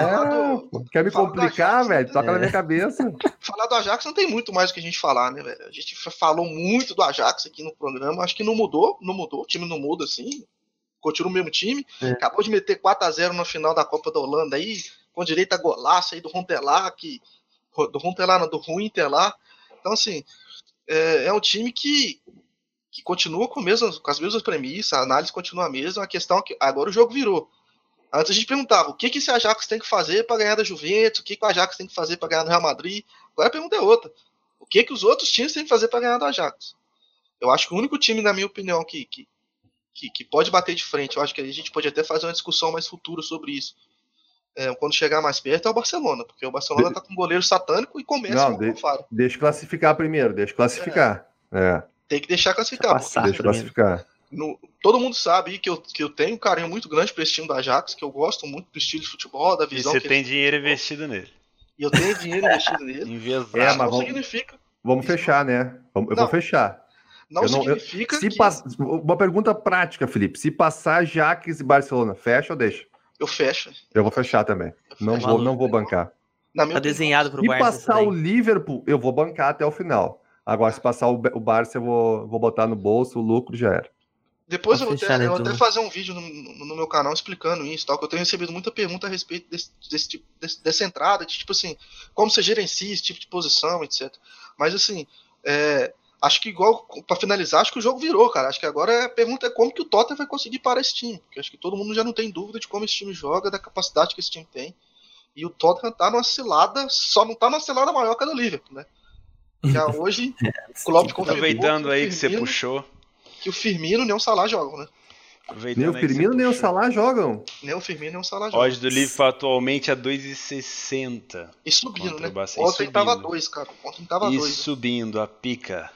É, do, quer me complicar, Ajax, velho? Toca é. na minha cabeça. Falar do Ajax não tem muito mais o que a gente falar, né, velho? A gente falou muito do Ajax aqui no programa, acho que não mudou, não mudou, o time não muda assim, continua o mesmo time, é. Acabou de meter quatro a zero na final da Copa da Holanda aí, com direito a golaço aí do Huntelaar, que, do Huntelaar não, do Huntelaar, então assim, é, é um time que que continua com, mesmo, com as mesmas premissas, a análise continua a mesma, a questão é que agora o jogo virou. Antes a gente perguntava o que, que esse Ajax tem que fazer para ganhar da Juventus, o que, que o Ajax tem que fazer para ganhar do Real Madrid. Agora a pergunta é outra. O que, que os outros times têm que fazer para ganhar do Ajax? Eu acho que o único time, na minha opinião, que, que, que, que pode bater de frente, eu acho que a gente pode até fazer uma discussão mais futura sobre isso, é, quando chegar mais perto, é o Barcelona, porque o Barcelona está de... com um goleiro satânico e começa Não, com o Faro. Deixa classificar primeiro, deixa classificar. É. é. Tem que deixar classificar. Passar, deixa classificar. No, todo mundo sabe que eu, que eu tenho um carinho muito grande para esse time do Ajax, que eu gosto muito do estilo de futebol, da visão. E você que tem ele... dinheiro investido nele. E eu tenho dinheiro investido nele. Invesado. É, mas não vamos, significa. Vamos fechar, né? Eu não, vou fechar. Não eu significa. Não, eu, se que... pass... Uma pergunta prática, Felipe. Se passar Ajax e Barcelona, fecha ou deixa? Eu fecho. Eu vou fechar também. Não vou, não vou bancar. Na minha tá desenhado pro Se Barça. Se passar o Liverpool, eu vou bancar até o final. Agora, se passar o, o Barça, eu vou, vou botar no bolso, o lucro já era. Depois eu vou, até, eu vou até fazer um vídeo no, no, no meu canal explicando isso, tal, que eu tenho recebido muita pergunta a respeito desse, desse tipo, desse, dessa entrada, de tipo assim, como você gerencia esse tipo de posição, etcétera. Mas assim, é, acho que igual, pra finalizar, acho que o jogo virou, cara. Acho que agora a pergunta é como que o Tottenham vai conseguir parar esse time. Porque acho que todo mundo já não tem dúvida de como esse time joga, da capacidade que esse time tem. E o Tottenham tá numa cilada, só não tá numa cilada maior que a do Liverpool, né? Já hoje, o Klopp aproveitando aí que você puxou. Que o Firmino nem o Salah jogam, né? Nem o Firmino nem o Salah jogam. Nem o Firmino nem o Salah jogam. Odds do Liverpool atualmente a dois e sessenta. E subindo, né? Ontem subindo. tava dois, cara. Ontem tava e dois. E subindo, né? A pica.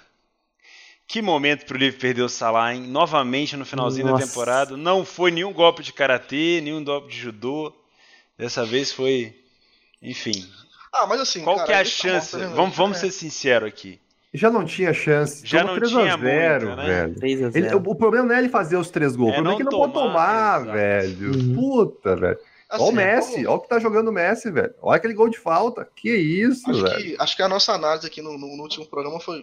Que momento pro Liverpool perder o Salah, hein? Novamente no finalzinho Nossa. da temporada. Não foi nenhum golpe de karatê, nenhum golpe de judô. Dessa vez foi... Enfim. Ah, mas assim, qual cara, que é a chance? Tá vamos vamos é. ser sinceros aqui. Já não tinha chance. Já não três tinha a zero, muita, né? velho. três a zero. Ele, o, o problema não é ele fazer os três gols. É, o problema é que não pode tomar, exato. velho. Uhum. Puta, velho. Assim, olha o Messi, como... olha o que tá jogando o Messi, velho. Olha aquele gol de falta. Que isso, acho velho. Que, acho que a nossa análise aqui no, no, no último programa foi,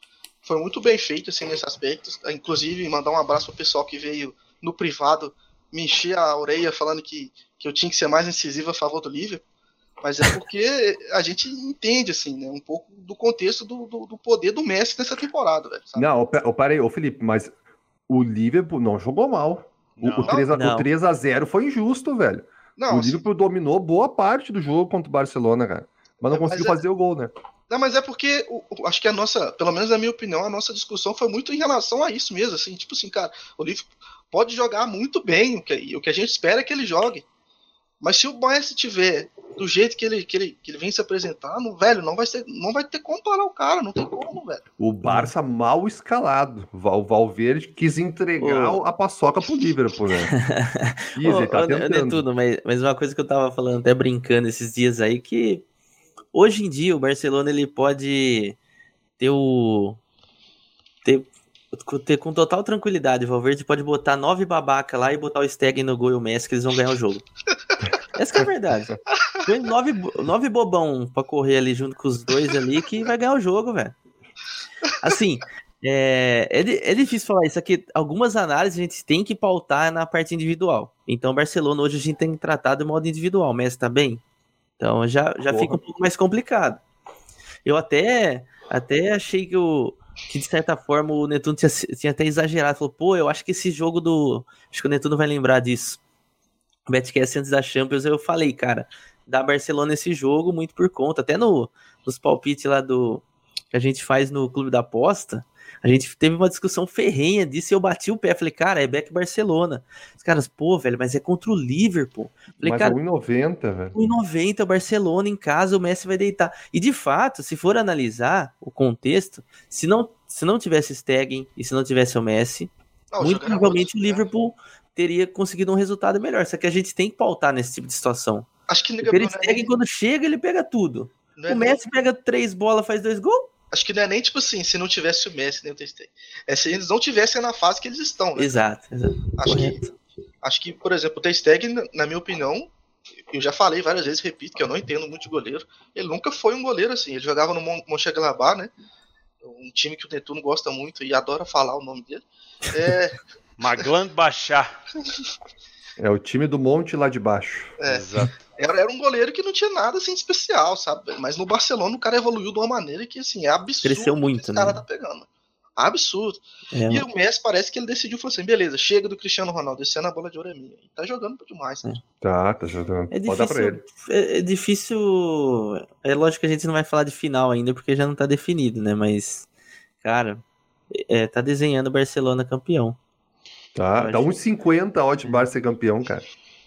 foi muito bem feita, assim, nesse aspecto. Inclusive, mandar um abraço pro pessoal que veio no privado me encher a orelha falando que, que eu tinha que ser mais incisivo a favor do Liverpool, mas é porque a gente entende, assim, né, um pouco do contexto do, do, do poder do Messi nessa temporada, velho. Sabe? Não, eu parei, ô Felipe, mas o Liverpool não jogou mal. Não. O, o, três a, Não. o três a zero foi injusto, velho. Não, o assim, Liverpool dominou boa parte do jogo contra o Barcelona, cara. Mas não É, conseguiu mas é- fazer o gol, né? Não, mas é porque o- o- acho que a nossa, pelo menos na minha opinião, a nossa discussão foi muito em relação a isso mesmo, assim, tipo assim, cara, o Liverpool pode jogar muito bem, o que, o que a gente espera é que ele jogue. Mas se o Messi tiver do jeito que ele, que ele, que ele vem se apresentando, velho, não vai, ser, não vai ter como parar o cara, não tem como, velho. O Barça mal escalado. O Valverde quis entregar Ô. a paçoca pro Liverpool, né? Quis, Ô, ele tá ô, tentando. Netuno, mas, mas uma coisa que eu tava falando, até brincando esses dias aí, que hoje em dia o Barcelona ele pode ter o. ter, ter com total tranquilidade. O Valverde pode botar nove babaca lá e botar o Stegen no gol e o Messi, que eles vão ganhar o jogo. Essa que é a verdade. Põe nove, nove bobão pra correr ali junto com os dois ali que vai ganhar o jogo, velho. Assim, é, é, di- é difícil falar isso aqui. Algumas análises a gente tem que pautar na parte individual. Então, Barcelona hoje a gente tem que tratar de modo individual. O Messi tá bem? Então já, já Porra. fica um pouco mais complicado. Eu até, até achei que, o, que, de certa forma, o Netuno tinha, tinha até exagerado. Falou, pô, eu acho que esse jogo do... Acho que o Netuno vai lembrar disso. O Betcast antes da Champions, eu falei, cara, dá Barcelona esse jogo muito por conta. Até no, nos palpites lá do... que a gente faz no Clube da Aposta, a gente teve uma discussão ferrenha disso e eu bati o pé. Falei, cara, é back Barcelona. Os caras, pô, velho, mas é contra o Liverpool. Falei, Mas cara, é um e noventa, velho. um e noventa, o Barcelona em casa, o Messi vai deitar. E de fato, se for analisar o contexto, se não, se não tivesse Stegen e se não tivesse o Messi, Não, muito jogaram provavelmente o muito, né? Liverpool teria conseguido um resultado melhor. Só que a gente tem que pautar nesse tipo de situação. Acho que, O Gabriel, Ter não é Stegen, nem- quando chega, ele pega tudo. não é O nem- Messi pega três bolas, faz dois gols. acho que não é nem tipo assim, se não tivesse o Messi nem o Ter Stegen. É se eles não tivessem na fase que eles estão, né? Exato, exato. Acho que, Correto. acho que, por exemplo, o Ter Stegen, na- na minha opinião, eu já falei várias vezes, repito, que eu não entendo muito de goleiro. Ele nunca foi um goleiro assim. Ele jogava no Mon- Mönchengladbach, né? Um time que o Netuno gosta muito e adora falar o nome dele. É, Maglan Bachar. É o time do monte lá de baixo. É. Exato. era, era um goleiro que não tinha nada assim especial, sabe? Mas no Barcelona o cara evoluiu de uma maneira que assim, é absurdo. Cresceu o que muito, esse né? cara tá pegando. Absurdo. É, E o Messi parece que ele decidiu, falou assim, beleza, chega do Cristiano Ronaldo, esse ano a bola de ouro é minha. E tá jogando demais, né? Tá, tá jogando. É Pode dar pra ele. difícil, é, é difícil. É lógico que a gente não vai falar de final ainda, porque já não tá definido, né? Mas, cara, é, tá desenhando o Barcelona campeão. Tá, Eu tá acho- uns cinquenta odd bar ser campeão, cara.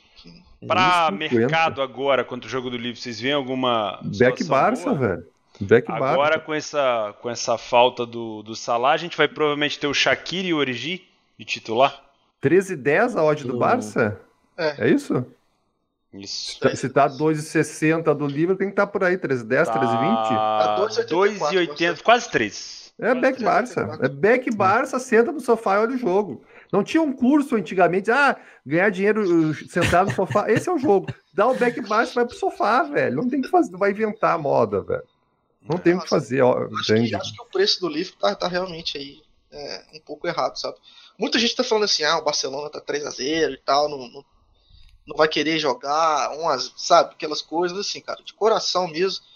Pra uns cinquenta. mercado agora, contra o jogo do Livre, vocês veem alguma Back situação Barça, boa? velho. Back Agora, Barça. com essa, com essa falta do, do Salah, a gente vai provavelmente ter o Shaqiri e o Origi de titular. treze e dez a odd do Do- Barça? É. É isso? Isso. Tá- Se tá dois e sessenta do livro, tem que estar por aí, treze e dez, treze e vinte. Tá dois e oitenta e dois quatro, e oitenta, quase três. É back Barça. É back Barça, senta no sofá e olha o jogo. Não tinha um curso antigamente, ah, ganhar dinheiro uh, sentado no sofá. Esse é o jogo. Dá o back Barça e vai pro sofá, velho. Não tem que fazer, não vai inventar a moda, velho. Não tem o que fazer, ó, Acho entende? que, acho que o preço do livro tá, tá realmente aí é, um pouco errado, sabe? Muita gente tá falando assim, ah, o Barcelona tá três a zero e tal, não, não, não vai querer jogar, um a zero, sabe? Aquelas coisas assim, cara, de coração mesmo.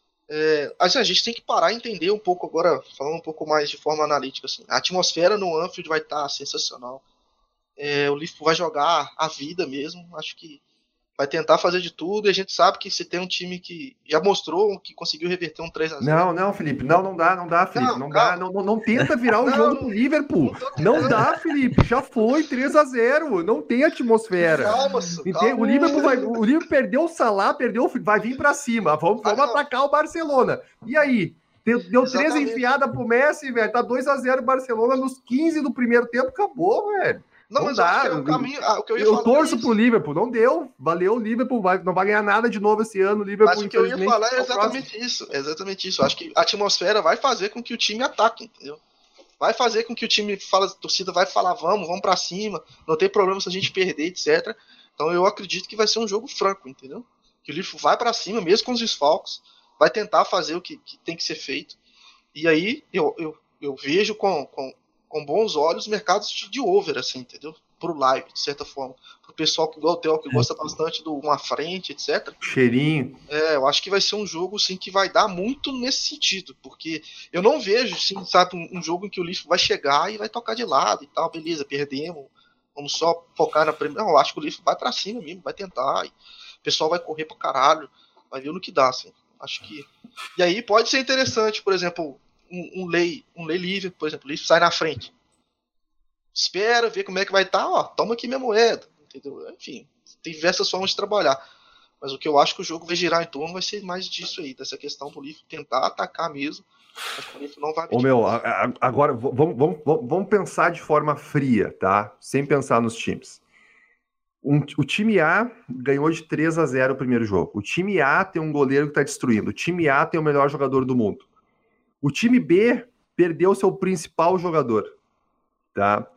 É, assim, a gente tem que parar e entender um pouco agora, falando um pouco mais de forma analítica, assim. A atmosfera no Anfield vai estar sensacional. É, o Liverpool vai jogar a vida mesmo, acho que vai tentar fazer de tudo, e a gente sabe que se tem um time que já mostrou que conseguiu reverter um três a zero. Não, não, Felipe, não, não dá, não dá, Felipe, Não, não, calma. dá, não, não, não tenta virar o Não, jogo não- pro Liverpool, não tô não tentando. dá, Felipe, já foi três a zero, não tem atmosfera. Calma, Su, Entende? calma. O Liverpool, vai, o Liverpool perdeu o Salah, perdeu, o- vai vir pra cima, vamos, vamos Ah, não. atacar o Barcelona, e aí? Deu, deu três Exatamente. enfiadas pro Messi, velho, tá dois a zero o Barcelona nos quinze do primeiro tempo, acabou, velho. Não, Não mas dá, eu acho que é eu- o caminho. Ah, o que eu ia Eu falar torço é isso. pro Liverpool, não deu, valeu, o Liverpool vai, não vai ganhar nada de novo esse ano, o Liverpool, Mas o que eu ia infelizmente, falar é tá o próximo. exatamente isso. É exatamente isso. Eu acho que a atmosfera vai fazer com que o time ataque, entendeu? Vai fazer com que o time fala, a torcida vai falar, vamos, vamos pra cima, não tem problema se a gente perder, etcétera. Então eu acredito que vai ser um jogo franco, entendeu? Que o Liverpool vai pra cima, mesmo com os desfalques, vai tentar fazer o que, que tem que ser feito. E aí eu, eu, eu vejo com, com com bons olhos mercados de, de over, assim, entendeu? Pro live, de certa forma. Pro pessoal que igual o Theo, que gosta bastante do uma frente, etcétera. Cheirinho. É, eu acho que vai ser um jogo, sim, que vai dar muito nesse sentido, porque eu não vejo, sim, sabe, um, um jogo em que o Leaf vai chegar e vai tocar de lado e tal, beleza, perdemos, vamos só focar na primeira. Não, eu acho que o Leaf vai pra cima mesmo, vai tentar, e o pessoal vai correr pra caralho, vai ver no que dá, assim. Acho que. E aí pode ser interessante, por exemplo, um, um lei, um lei livre, por exemplo, o Leaf sai na frente. Espera, vê como é que vai estar, tá, ó, toma aqui minha moeda, entendeu? Enfim, tem diversas formas de trabalhar. Mas o que eu acho que o jogo vai girar em torno vai ser mais disso aí, dessa questão do Leaf tentar atacar mesmo, mas o Leaf não vai... Ô meu, a, a, agora vamos, vamos, vamos pensar de forma fria, tá? Sem pensar nos times. Um, o time A ganhou de três a zero o primeiro jogo. O time A tem um goleiro que tá destruindo. O time A tem o melhor jogador do mundo. O time B perdeu seu principal jogador, tá?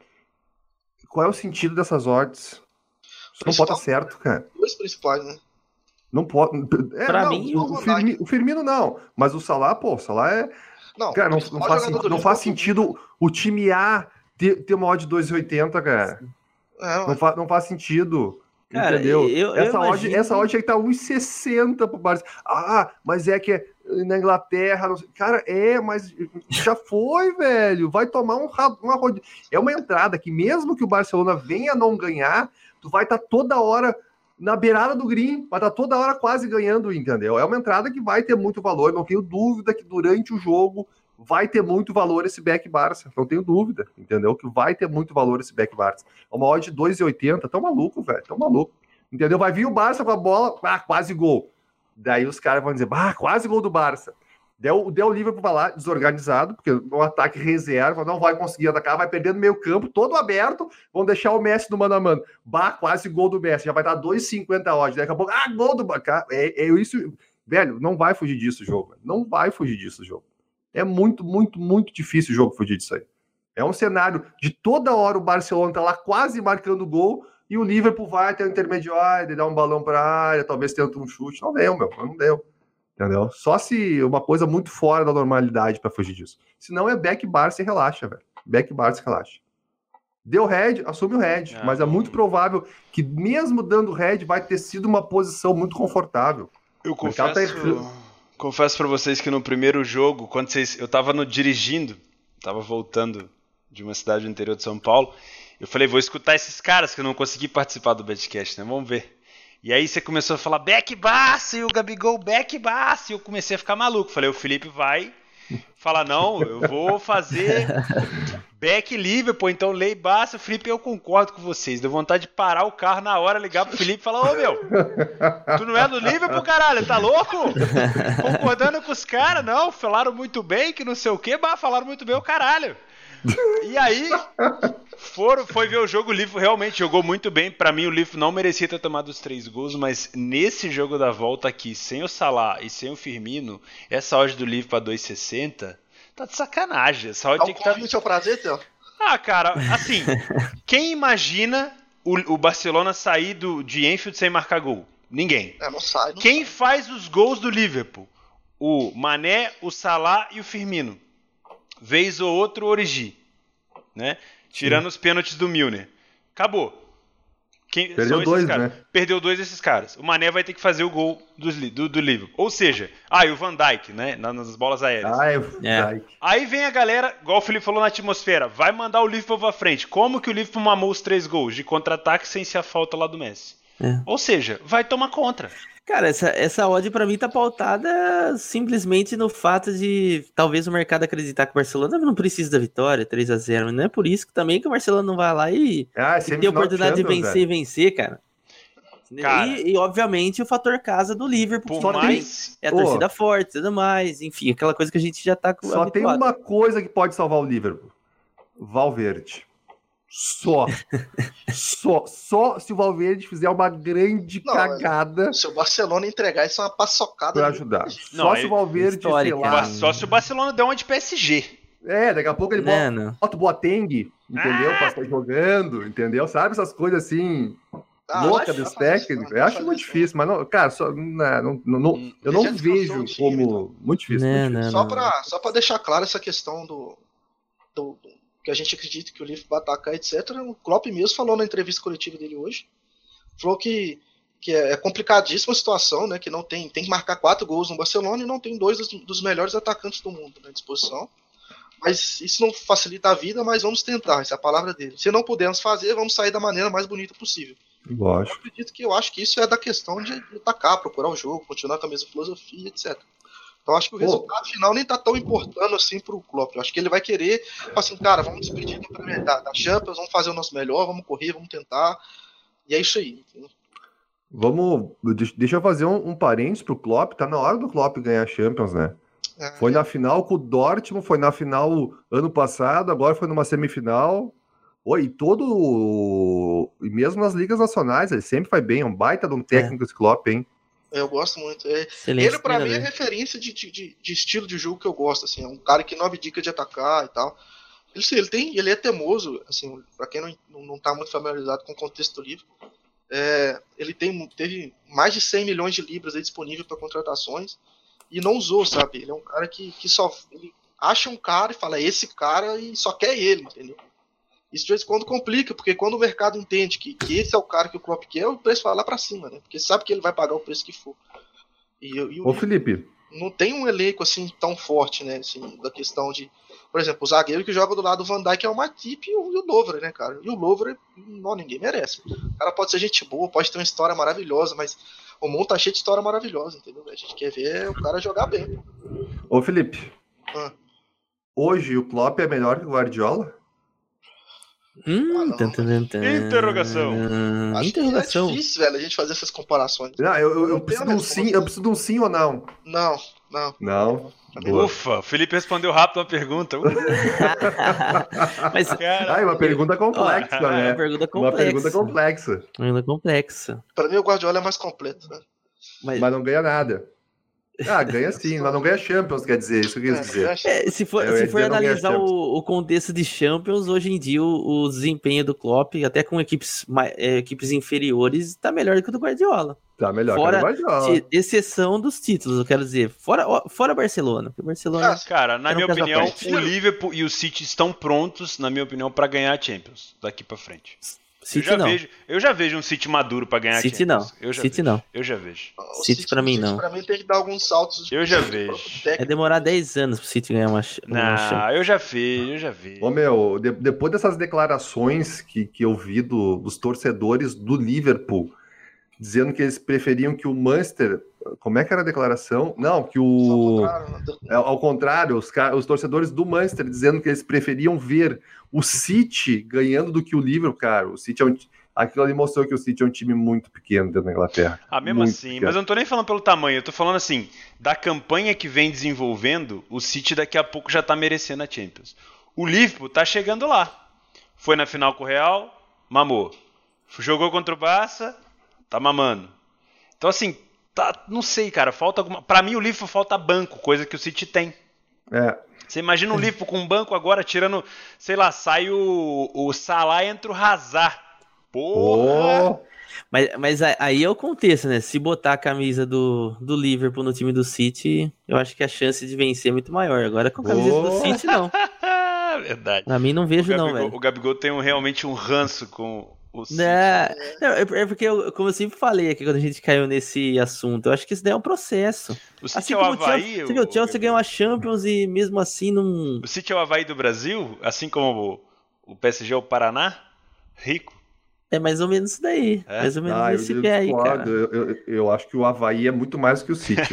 Qual é o sentido dessas odds? Isso não pode estar certo, cara. Dois principais, né? Não pode. É, pra não, mim, o, o, Firmino, o Firmino não. Mas o Salah, pô, o Salah é. Não, cara, não, não faz, sentido, não faz sentido o time A ter, ter uma odd de dois e oitenta, cara. É, não, fa, não faz sentido. Cara, entendeu? Eu, essa, eu odd, imagino... essa odd aí tá um e sessenta pro Barça. Ah, mas é que é na Inglaterra. Não sei. Cara, é, mas já foi, velho. Vai tomar um, uma rodinha. É uma entrada que, mesmo que o Barcelona venha a não ganhar, tu vai estar tá toda hora na beirada do green, vai estar tá toda hora quase ganhando, entendeu? É uma entrada que vai ter muito valor. Não tenho dúvida que durante o jogo vai ter muito valor esse back Barça. Não tenho dúvida, entendeu? Que vai ter muito valor esse back Barça. Uma odd de dois e oitenta, tão maluco, velho, tão maluco. Entendeu? Vai vir o Barça com a bola, ah, quase gol. Daí os caras vão dizer, ah, quase gol do Barça. Deu, deu o Liverpool pra lá, desorganizado, porque o ataque reserva, não vai conseguir atacar, vai perdendo meio campo, todo aberto, vão deixar o Messi no mano a mano. Bah, quase gol do Messi, já vai dar dois e cinquenta odd. Daqui a pouco, ah, gol do Barça. É, é isso, velho, não vai fugir disso o jogo. Não vai fugir disso o jogo. É muito, muito, muito difícil o jogo fugir disso aí. É um cenário de toda hora o Barcelona tá lá quase marcando gol e o Liverpool vai até o intermediário, dá um balão para a área, talvez tenta um chute. Não deu, meu, não deu. Entendeu? Só se uma coisa muito fora da normalidade para fugir disso. Se não é back Barça e relaxa, velho. Back Barça e relaxa. Deu head, assume o head. Ah, mas é muito provável que mesmo dando head vai ter sido uma posição muito confortável. Eu confesso... Tá... Confesso pra vocês que no primeiro jogo, quando vocês, eu tava no, dirigindo, tava voltando de uma cidade do interior de São Paulo, eu falei, vou escutar esses caras que eu não consegui participar do Betcast, né? Vamos ver. E aí você começou a falar back Barça e o Gabigol back Barça, e eu comecei a ficar maluco. Falei, o Felipe vai falar, não, eu vou fazer back Liverpool, então lei Barça. Felipe, eu concordo com vocês, deu vontade de parar o carro na hora, ligar pro Felipe e falar, ô meu, tu não é do Liverpool, caralho, tá louco? Concordando com os caras, não, falaram muito bem, que não sei o que, bah, falaram muito bem o caralho. E aí, foram, foi ver o jogo, o Liverpool realmente jogou muito bem. Pra mim o Liverpool não merecia ter tomado os três gols, mas nesse jogo da volta aqui, sem o Salah e sem o Firmino, essa odd do Liverpool pra dois e sessenta, tá de sacanagem. Essa odd é tinha que tá... o seu prazer, Theo? Ah, cara, assim, quem imagina o, o Barcelona sair do, de Anfield sem marcar gol? Ninguém. É, não sai, não quem sai. faz os gols do Liverpool? O Mané, o Salah e o Firmino. Vez ou outro, o Origi, né? Tirando Sim. os pênaltis do Milner. Acabou. Quem, Perdeu dois, caras. né? Perdeu dois desses caras. O Mané vai ter que fazer o gol do, do, do Liverpool. Ou seja, ah, e o Van Dijk, né? Nas bolas aéreas. Ah, é o Van Dijk. Aí vem a galera, igual o Felipe falou na atmosfera, vai mandar o Liverpool pra frente. Como que o Liverpool mamou os três gols? De contra-ataque sem ser a falta lá do Messi. É. Ou seja, vai tomar contra. Cara, essa, essa odd pra mim tá pautada simplesmente no fato de talvez o mercado acreditar que o Barcelona não precisa da vitória, três a zero, não é por isso que também que o Barcelona não vai lá e, ah, e ter a oportunidade de vencer velho. e vencer, cara. cara e, e, obviamente, o fator casa do Liverpool, por mais... é a torcida oh. forte e tudo mais, enfim, aquela coisa que a gente já tá Só habituado. Tem uma coisa que pode salvar o Liverpool, Valverde. Só. só. Só se o Valverde fizer uma grande não, cagada. Se o Barcelona entregar, isso é uma paçocada. Pra ajudar. Não, só se o Valverde, sei lá. Só se o Barcelona der uma de P S G. É, daqui a pouco ele bota, não, não. bota o Boateng, entendeu? Ah. Pra estar jogando, entendeu? Sabe essas coisas assim... Ah, louca dos técnicos, eu acho muito difícil, mas não, cara, só, não, não, não, hum, eu não vejo time, como então. muito difícil. Não, muito difícil. Não, só, pra, só pra deixar claro essa questão do, do, do porque a gente acredita que o Liverpool vai atacar, etcétera. O Klopp mesmo falou na entrevista coletiva dele hoje, falou que, que é complicadíssima a situação, né? Que não tem, tem que marcar quatro gols no Barcelona e não tem dois dos, dos melhores atacantes do mundo à disposição. Mas isso não facilita a vida, mas vamos tentar, essa é a palavra dele. Se não pudermos fazer, vamos sair da maneira mais bonita possível. Lógico. Eu acredito que eu acho que isso é da questão de atacar, procurar o jogo, continuar com a mesma filosofia, etcétera. Então acho que o resultado oh. final nem tá tão importando assim pro Klopp. Eu acho que ele vai querer, assim, cara, vamos despedir da, da Champions, vamos fazer o nosso melhor, vamos correr, vamos tentar. E é isso aí. Entendeu? Vamos, deixa eu fazer um, um parênteses pro Klopp, tá na hora do Klopp ganhar a Champions, né? É. Foi na final com o Dortmund, foi na final ano passado, agora foi numa semifinal. Oi, e todo. E mesmo nas ligas nacionais, ele sempre vai bem, é um baita de um técnico é. esse Klopp, hein? Eu gosto muito. É, ele, pra mim, é referência de, de, de estilo de jogo que eu gosto, assim. É um cara que não abdica de atacar e tal. Ele, ele, tem, ele é teimoso, assim, pra quem não, não tá muito familiarizado com o contexto do livro, é, ele tem, teve mais de cem milhões de libras aí disponível para contratações e não usou, sabe? Ele é um cara que, que só ele acha um cara e fala, é esse cara, e só quer ele, entendeu? Isso de vez em quando complica, porque quando o mercado entende que, que esse é o cara que o Klopp quer, o preço vai lá pra cima, né? Porque sabe que ele vai pagar o preço que for. E, e Ô, Felipe. Não tem um elenco assim tão forte, né? Assim, da questão de. Por exemplo, o zagueiro que joga do lado do Van Dijk é o Matip e o, e o Lovren, né, cara? E o Lovren, não, ninguém merece. O cara pode ser gente boa, pode ter uma história maravilhosa, mas o mundo tá cheio de história maravilhosa, entendeu? A gente quer ver o cara jogar bem. Ô, Felipe. Ah. Hoje o Klopp é melhor que o Guardiola? Hum, Ah, tan, tan, tan. Interrogação. Acho Interrogação. que é difícil, velho, a gente fazer essas comparações. Não, eu, eu, eu, Não preciso tenho de um sim, eu preciso de um sim ou não? Não, não. Não. Ufa, o Felipe respondeu rápido uma pergunta. Uh. Mas, Cara, ah, é uma pergunta complexa, ó, né? Uma pergunta complexa. Uma pergunta complexa. Uma pergunta complexa. Pra mim o Guardiola é mais completo, né? Mas, Mas não ganha nada. Ah, ganha sim, mas não ganha Champions, quer dizer, isso que eu quis dizer. É, se for, eu se for analisar o, o contexto de Champions, hoje em dia o, o desempenho do Klopp, até com equipes, é, equipes inferiores, tá melhor do que o do Guardiola. Tá melhor fora, que o Guardiola. Exceção dos títulos, eu quero dizer. Fora, fora Barcelona. O Barcelona Cara, na minha um opinião, o Liverpool e o City estão prontos, na minha opinião, para ganhar a Champions daqui para frente. City eu já não. Vejo, eu já vejo um City maduro para ganhar City a Champions. não. Eu já City vejo. não. Eu já vejo. O City, City pra mim City, não. Pra mim tem que dar alguns saltos. De eu já vejo. É demorar dez anos pro City ganhar uma, uma Não, eu já vejo, eu já vejo. Ô meu, de, depois dessas declarações que, que eu vi do, dos torcedores do Liverpool, dizendo que eles preferiam que o Manchester... Como é que era a declaração? Não, que o... É, ao contrário, os, os torcedores do Manchester dizendo que eles preferiam ver o City ganhando do que o Liverpool, cara. O City é um... Aquilo ali mostrou que o City é um time muito pequeno dentro da Inglaterra. Ah, mesmo muito assim, pequeno. Mas eu não tô nem falando pelo tamanho, eu tô falando assim, da campanha que vem desenvolvendo, o City daqui a pouco já tá merecendo a Champions. O Liverpool tá chegando lá. Foi na final com o Real, mamou. Jogou contra o Barça, tá mamando. Então assim, tá, não sei, cara, falta alguma... Pra mim o Liverpool falta banco, coisa que o City tem. É. Você imagina o Liverpool com um banco agora, tirando, sei lá, sai o, o Salah e entra o Hazard. Porra! Oh. Mas, mas aí é o contexto, né? Se botar a camisa do, do Liverpool no time do City, eu acho que a chance de vencer é muito maior. Agora com a camisa oh. do City, não. Verdade. Pra mim não vejo, o Gabigol, não, velho. O Gabigol tem um, realmente um ranço com o City. É, não, é porque, eu, como eu sempre falei aqui quando a gente caiu nesse assunto, eu acho que isso daí é um processo. O City assim é o como Avaí, o Chelsea, você viu, o Chelsea ganhou a Champions e mesmo assim não... O City é o Avaí do Brasil, assim como o, o P S G é o Paraná, rico. É mais ou menos isso daí. É? Mais ou menos ah, esse pé aí, cara. Eu, eu, eu acho que o Avaí é muito mais do que o City.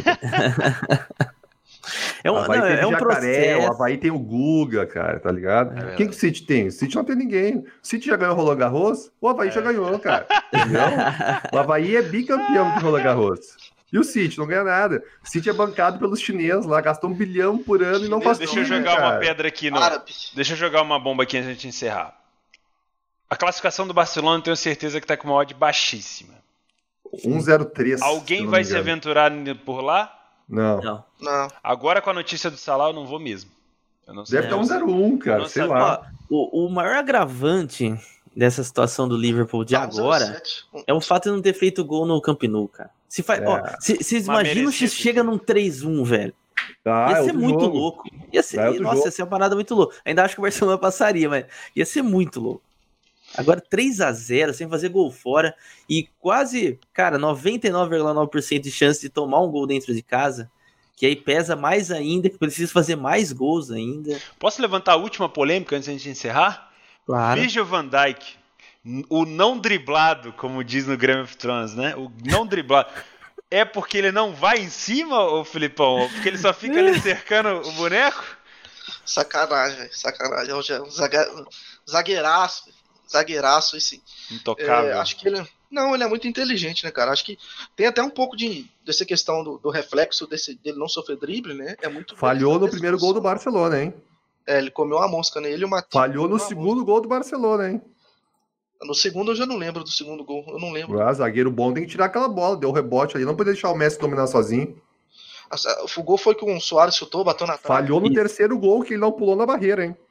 é um, o Avaí não, tem é o um Jacaré, processo. O Avaí tem o Guga, cara, tá ligado? É Quem que o City tem? O City não tem ninguém. O City já ganhou o Roland Garros, o Avaí é. já ganhou, cara. Entendeu? O Avaí é bicampeão do Roland Garros. E o City não ganha nada. O City é bancado pelos chineses lá, gastou um bilhão por ano e não faz Deixa time, eu jogar cara. uma pedra aqui no... Deixa eu jogar uma bomba aqui antes de a gente encerrar. A classificação do Barcelona eu tenho certeza que tá com uma odd baixíssima. um zero três. Alguém vai se aventurar por lá? Não. Não. Não. Agora com a notícia do Salah eu não vou mesmo. Eu não sei. Deve estar um zero um, cara, sei lá. Ó, o, o maior agravante dessa situação do Liverpool de ah, agora é o fato de não ter feito gol no Camp Nou, cara. Se faz, é. ó, se, se imagina se chega num três um, velho. Ah, ia é ser outro muito jogo. louco. Ia ser, É outro nossa, jogo. ia ser uma parada muito louca. Ainda acho que o Barcelona passaria, mas ia ser muito louco. Agora três a zero, sem fazer gol fora, e quase, cara, noventa e nove vírgula nove por cento de chance de tomar um gol dentro de casa, que aí pesa mais ainda, que precisa fazer mais gols ainda. Posso levantar a última polêmica antes de a gente encerrar? Claro. Virgil van Dijk, o não driblado, como diz no Game of Thrones, né? O não driblado. É porque ele não vai em cima, ô Filipão? Ou porque ele só fica ali cercando o boneco? Sacanagem, velho. Sacanagem. É um zague... zagueiraço. Zagueiraço, esse. Intocável. É, acho que ele. Não, ele é muito inteligente, né, cara? Acho que tem até um pouco de dessa questão do, do reflexo desse, dele não sofrer drible, né? É muito. Falhou no primeiro gol do Barcelona, hein? É, ele comeu uma mosca nele e o Matheus. Falhou no segundo gol do Barcelona, hein? No segundo eu já não lembro do segundo gol. Eu não lembro. Ah, zagueiro bom tem que tirar aquela bola, deu rebote ali, não podia deixar o Messi dominar sozinho. O gol foi que o Suárez chutou, bateu na trave. Falhou no terceiro gol que ele não pulou na barreira, hein?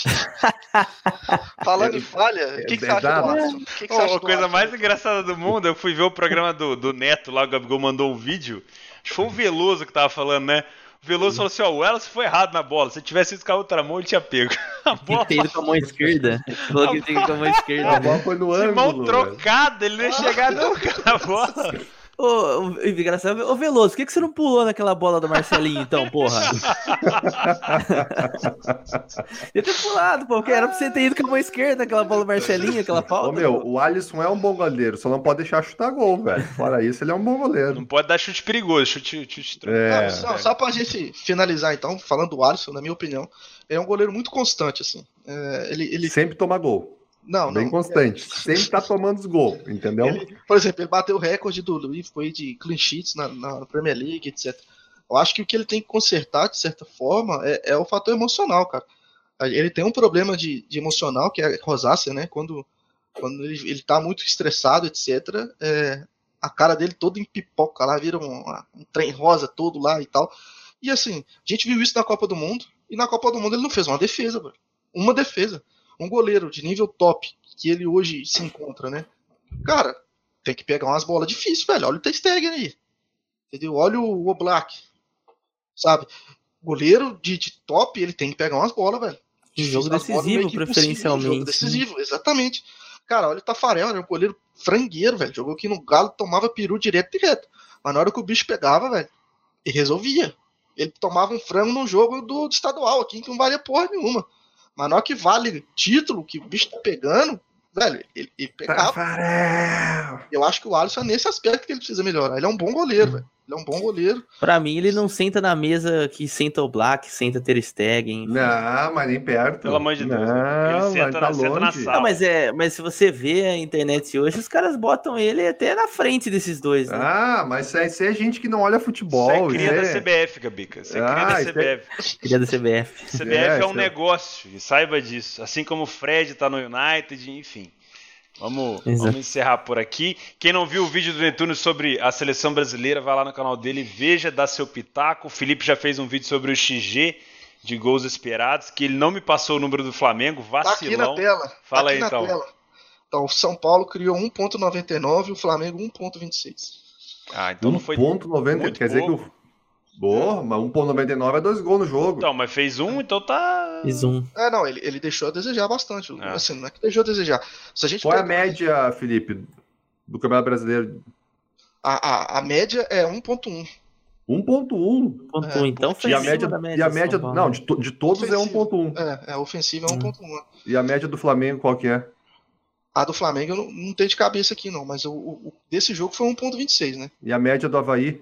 Falando em falha, o que, que, é você acha dado. do Alisson? Que que Oh, você acha a do coisa Alisson? mais engraçada do mundo, eu fui ver o programa do, do Neto lá, o Gabigol mandou um vídeo. Acho que foi o Veloso que tava falando, né? O Veloso falou assim: ó, o Alisson foi errado na bola. Se tivesse ido com a outra mão, ele tinha pego. A bola Ele com a mão esquerda. Ele falou que ele tem que ir com a mão esquerda. A bola foi no de ângulo. mão velho. trocada, ele não ia chegar nunca na bola. Ô, ô, engraçado. Ô, Veloso, por que, que você não pulou naquela bola do Marcelinho, então, porra? Ia ter pulado, pô, porque era pra você ter ido com a mão esquerda naquela bola do Marcelinho, aquela falta. Ô, meu, pô. o Alisson é um bom goleiro, só não pode deixar chutar gol, velho. Fora isso, ele é um bom Não goleiro. pode dar chute perigoso, chute, chute É. Não, só, só pra gente finalizar, então, falando do Alisson, na minha opinião, ele é um goleiro muito constante, assim. É, ele, ele... Sempre toma gol. Não, Bem não. constante. Sempre tá tomando os gols, entendeu? Ele, por exemplo, ele bateu o recorde do Liverpool aí de clean sheets na, na Premier League, etcétera. Eu acho que o que ele tem que consertar, de certa forma, é, é o fator emocional, cara. Ele tem um problema de, de emocional, que é a rosácea, né? Quando, quando ele, ele tá muito estressado, etcétera, é, a cara dele toda em pipoca lá, vira um, um trem rosa todo lá e tal. E assim, a gente viu isso na Copa do Mundo, e na Copa do Mundo ele não fez uma defesa, velho. Uma defesa. Um goleiro de nível top, que ele hoje se encontra, né? Cara, tem que pegar umas bolas difíceis, velho. Olha o Ter Stegen aí. Entendeu? Olha o Oblak. Sabe? Goleiro de, de top, ele tem que pegar umas bolas, velho. Um jogo As bolas decisivo, meio que preferencialmente. impossível, jogo decisivo, exatamente. Cara, olha o Tafarel, era um goleiro frangueiro, velho. Jogou aqui no Galo, tomava peru direto direto. Mas na hora que o bicho pegava, velho, ele resolvia. Ele tomava um frango num jogo do, do estadual aqui, que não valia porra nenhuma. Mas na hora que vale título, que o bicho tá pegando, velho, ele, ele pegava. Tafarel. Eu acho que o Alisson é nesse aspecto que ele precisa melhorar. Ele é um bom goleiro, velho. Ele é um bom goleiro. Pra mim, ele não senta na mesa que senta o Black, senta Ter Stegen. enfim. Não, mas nem perto. Pelo amor de Deus. Não, Ele senta mas tá na- senta na longe. sala. Não, mas, é, mas se você vê a internet hoje, os caras botam ele até na frente desses dois, né? Ah, mas isso é, isso é gente que não olha Isso futebol. é cria isso da é- C B F, Gabica. Isso é Ah, cria da isso C B F. Queria da C B F. C B F É, é um isso é- negócio, e saiba disso. Assim como o Fred tá no United, enfim. Vamos, Exato. vamos encerrar por aqui. Quem não viu o vídeo do Netuno sobre a seleção brasileira, vai lá no canal dele, veja, dá seu pitaco. O Felipe já fez um vídeo sobre o X G de gols esperados, que ele não me passou o número do Flamengo, Tá aqui na vacilão. tela. Fala tá aqui aí, na então. tela. Então, o São Paulo criou um ponto noventa e nove e o Flamengo um ponto vinte e seis. Ah, então um não foi. ponto noventa, muito quer dizer que pouco. o. Boa, mas um ponto noventa e nove é dois gols no jogo. Então, mas fez um, então tá. Fiz um. É, não, ele, ele deixou a desejar bastante. É. Assim, não é que deixou a desejar. Se a gente Qual é a pegar- média, Felipe, do Campeonato Brasileiro? a, a, a média é um ponto um. um ponto um. Ponto É, um. Então foi E a acima média, da média e a do média São Paulo. não, de, to- de todos é um ponto um. É, é ofensiva é um ponto um. E a média do Flamengo qual que é? A do Flamengo eu não, não tenho de cabeça aqui, não, mas o, o- o desse jogo foi um ponto vinte e seis, né? E a média do Avaí?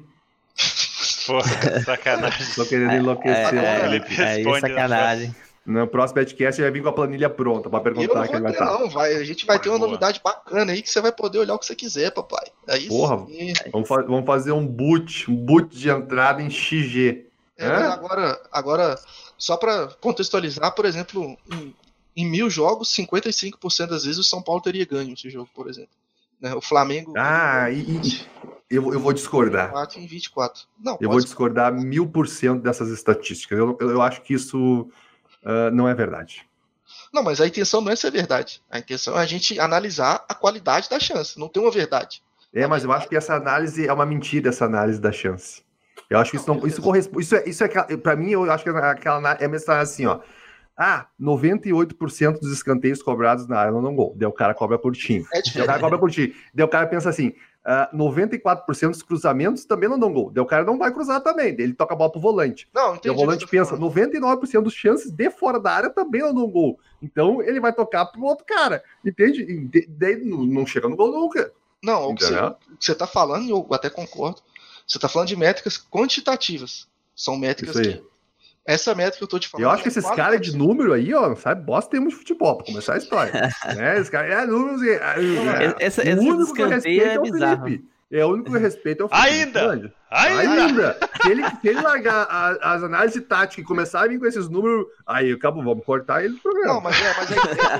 Porra, sacanagem. Tô querendo enlouquecer. É, né? Felipe aí é responde sacanagem. No próximo podcast vai vir com a planilha pronta pra Eu não perguntar vou quem vai ter, estar. não. Vai, a gente vai ter uma Boa. novidade bacana aí que você vai poder olhar o que você quiser, papai. Aí Porra. sim. Vamos, fa- vamos fazer um boot, um boot de entrada em X G. É, Hã? mas agora, agora, só pra contextualizar, por exemplo, em, em mil jogos, cinquenta e cinco por cento das vezes o São Paulo teria ganho esse jogo, por exemplo. Né, o Flamengo. Ah, e, e- eu, eu vou discordar. quatro em vinte e quatro. Não, Eu vou pode- discordar mil por cento dessas estatísticas. Eu, eu, eu acho que isso ah, não é verdade. não, mas a intenção não é ser verdade. A intenção é a gente analisar a qualidade da chance. Não tem uma verdade. É, mas eu acho que essa análise é uma mentira, essa análise da chance. Eu acho que isso não, isso corresponde, isso é, isso é, pra mim, eu acho que aquela é menção assim, ó. Ah, noventa e oito por cento dos escanteios cobrados na área não dão gol. Daí o cara cobra por time. É Daí o cara cobra por time. Daí o cara pensa assim, uh, noventa e quatro por cento dos cruzamentos também não dão gol. Daí o cara não vai cruzar também. Daí ele toca a bola pro volante. Não, entendi. Daí o volante pensa, falando. noventa e nove por cento dos chances de fora da área também não dão gol. então ele vai tocar pro outro cara, entende? E daí não chega no gol nunca. Não, o que, você, o que você tá falando, eu até concordo, você tá falando de métricas quantitativas. São métricas que... Essa métrica que eu tô te falando... Eu acho que esses é caras de número aí, ó, não sabe bosta termos de futebol, pra começar a história. né? Esse cara é números... É, é, essa, o único que eu respeito é, é o bizarro. Felipe. É o único que eu respeito é o Felipe. Ainda! Ainda! Ainda! Se ele, se ele largar a, as análises táticas e começar a vir com esses números, aí acabou, vamos cortar ele do programa. Não, mas é, mas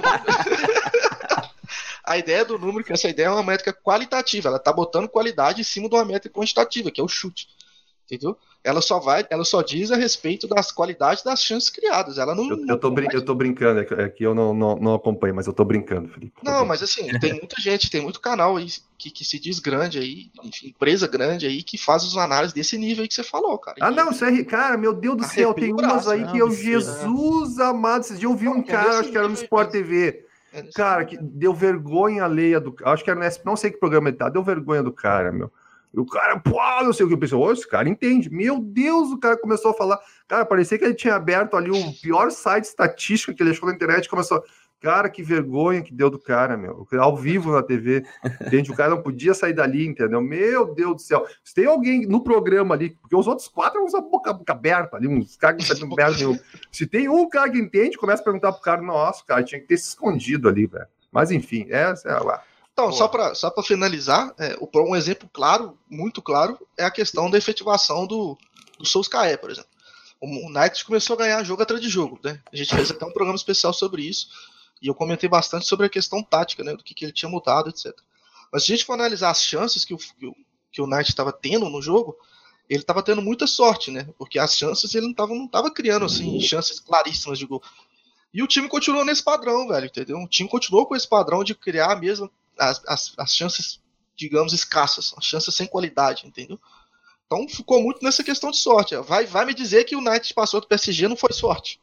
é... A ideia do número, que essa ideia é uma métrica qualitativa, ela tá botando qualidade em cima de uma métrica quantitativa, que é o chute. Entendeu? Ela só vai, ela só diz a respeito das qualidades das chances criadas. Ela não. Eu, eu, tô, brin eu tô brincando, é que eu não, não, não acompanho, mas eu tô brincando, Felipe. Tô não, brincando. Mas assim, tem muita gente, tem muito canal aí que, que se diz grande aí, enfim, empresa grande aí, que faz as análises desse nível aí que você falou, cara. Ah, não, isso é. Cara, meu Deus do céu, tem umas braço, aí não, que eu, Jesus é. amado, esses dias eu vi não, um cara, acho que era no Sport T V. É cara, que deu vergonha alheia do. Acho que era no S P, não sei que programa ele tá, deu vergonha do cara, meu. E o cara, pô, não sei o que, eu pensei, ô, esse cara entende. Meu Deus, o cara começou a falar. Cara, parecia que ele tinha aberto ali o pior site estatístico que ele achou na internet. Começou, cara, que vergonha que deu do cara, meu. Ao vivo na T V, entende? O cara não podia sair dali, entendeu? Meu Deus do céu. Se tem alguém no programa ali, porque os outros quatro usam a boca, boca aberta ali, uns caras que não sabem nenhum. Se tem um cara que entende, começa a perguntar pro cara, nossa, cara, tinha que ter se escondido ali, velho. Mas enfim, essa é lá. Então, só para só para finalizar, é, um exemplo claro, muito claro, é a questão da efetivação do, do Solskjaer, por exemplo. O United começou a ganhar jogo atrás de jogo, né? A gente fez até um programa especial sobre isso, e eu comentei bastante sobre a questão tática, né? Do que, que ele tinha mudado, etcétera. Mas se a gente for analisar as chances que o, que o, que o United estava tendo no jogo, ele estava tendo muita sorte, né? Porque as chances ele não estava não tava criando, assim, chances claríssimas de gol. E o time continuou nesse padrão, velho, entendeu? O time continuou com esse padrão de criar a mesma As, as, as chances, digamos, escassas, as chances sem qualidade, entendeu? Então ficou muito nessa questão de sorte. Vai, vai me dizer que o United passou do P S G não foi sorte.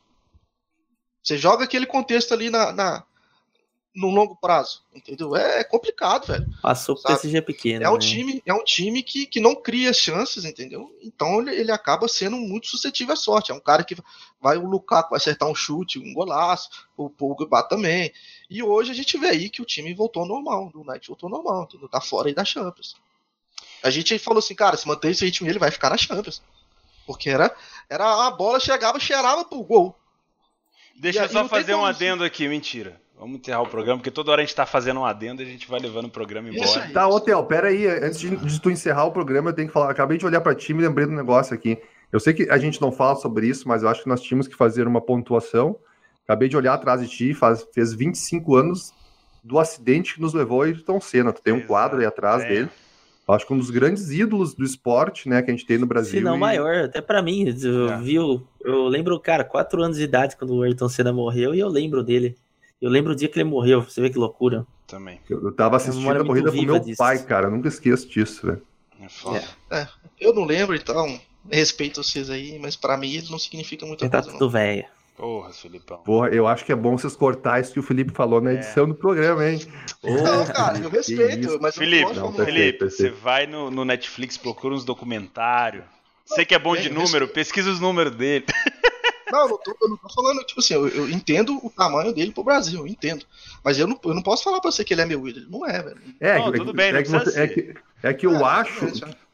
Você joga aquele contexto ali na, na, no longo prazo, entendeu? É, é complicado, velho. Passou pro P S G pequeno. É um né? time, é um time que, que não cria chances, entendeu? Então ele, ele acaba sendo muito suscetível à sorte. É um cara que vai o Lukaku vai acertar um chute, um golaço, o Pogba também. E hoje a gente vê aí que o time voltou ao normal, o United voltou ao normal, entendeu? Tá fora aí da Champions. A gente falou assim, cara, se manter esse ritmo ele vai ficar na Champions. Porque era, era a bola chegava, cheirava pro gol. Deixa eu só fazer um adendo aqui, mentira. Vamos enterrar o programa, porque toda hora a gente tá fazendo um adendo e a gente vai levando o programa embora. Isso, tá, Otel, pera aí, antes de, de tu encerrar o programa, eu tenho que falar, acabei de olhar pra ti e me lembrei do negócio aqui. Eu sei que a gente não fala sobre isso, mas eu acho que nós tínhamos que fazer uma pontuação. Acabei de olhar atrás de ti, faz, fez vinte e cinco anos do acidente que nos levou a Ayrton Senna. Tu tem um Exato, quadro aí atrás é. dele. Acho que um dos grandes ídolos do esporte, né, que a gente tem no Brasil. Se não e... maior, até pra mim. Eu, é. vi o, eu lembro, cara, quatro anos de idade quando o Ayrton Senna morreu e eu lembro dele. Eu lembro o dia que ele morreu, você vê que loucura. Também. Eu, eu tava assistindo a corrida com meu disso. pai, cara, eu nunca esqueço disso, velho. É foda. É. É, eu não lembro, então, respeito vocês aí, mas pra mim ele não significa muita ele coisa. Tá tudo velho. Porra, Felipão. Porra, eu acho que é bom vocês cortar isso que o Felipe falou na edição é. do programa, hein? Oh, não, cara, eu respeito, mas Felipe, eu não não, Felipe, você vai no, no Netflix, procura uns documentários. Você que é bom de número, pesquisa os números dele. Não, eu não, tô, eu não tô falando, tipo assim, eu, eu entendo o tamanho dele pro Brasil, eu entendo. Mas eu não, eu não posso falar pra você que ele é meu ídolo, não é, velho. É, não, é, tudo bem, é, não é, que, você, é, que, é que eu é, acho...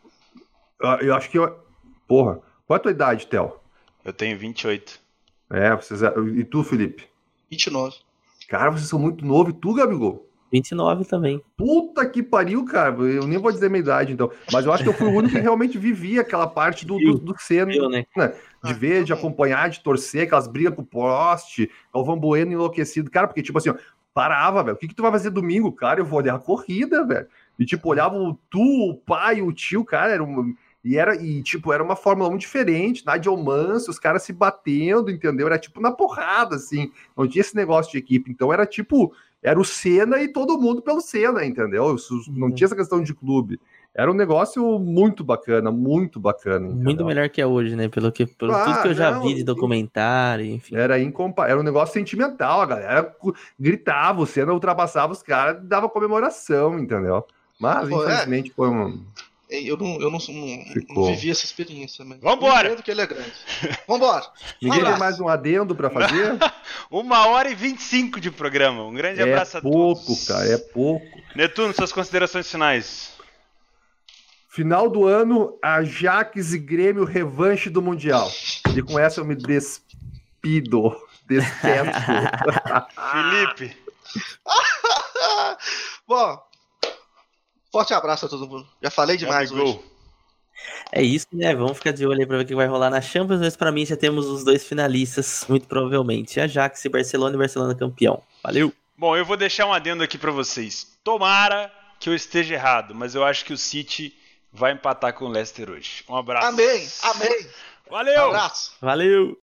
É, eu acho que... Eu, porra, qual é a tua idade, Theo? Eu tenho vinte e oito. É, vocês... E tu, Felipe? vinte e nove. Cara, vocês são muito novos. E tu, Gabigol? vinte e nove também. Puta que pariu, cara. Eu nem vou dizer a minha idade, então. Mas eu acho que eu fui o único que realmente vivia aquela parte do, do, do Senna, né? De ver, de acompanhar, de torcer, aquelas brigas pro poste, o Van Bueno enlouquecido. Cara, porque, tipo assim, ó, parava, velho. O que, que tu vai fazer domingo? Cara, eu vou olhar a corrida, velho. E, tipo, olhava o tu, o pai, o tio, cara, era um... E, era, e, tipo, era uma Fórmula um diferente, Nigel Mansell, os caras se batendo, entendeu? Era, tipo, na porrada, assim. Não tinha esse negócio de equipe. Então, era, tipo... Era o Senna e todo mundo pelo Senna, entendeu? Não tinha essa questão de clube. Era um negócio muito bacana, muito bacana. Entendeu? Muito melhor que é hoje, né? Pelo, que, pelo ah, tudo que eu já não, vi de documentário, enfim. Era incomparável, era um negócio sentimental, a galera gritava, o Senna ultrapassava os caras, dava comemoração, entendeu? Mas, Pô, infelizmente, é. foi um... Eu não, eu não, não, não vivi essa experiência, mas Vambora! Eu entendo que ele é grande. Vambora! Ninguém tem mais um adendo pra fazer? Uma hora e vinte e cinco de programa. Um grande é abraço a pouco, todos. Cara, é pouco. Netuno, suas considerações finais. Final do ano, Ajax e Grêmio, revanche do Mundial. E com essa eu me despido. Despeço. Felipe. Bom, forte abraço a todo mundo. Já falei demais hoje. É isso, né? Vamos ficar de olho aí pra ver o que vai rolar na Champions. Mas pra mim já temos os dois finalistas, muito provavelmente. Ajax e Barcelona e Barcelona campeão. Valeu! Bom, eu vou deixar um adendo aqui pra vocês. Tomara que eu esteja errado, mas eu acho que o City vai empatar com o Leicester hoje. Um abraço. Amém, amém. Valeu. Um abraço. Valeu.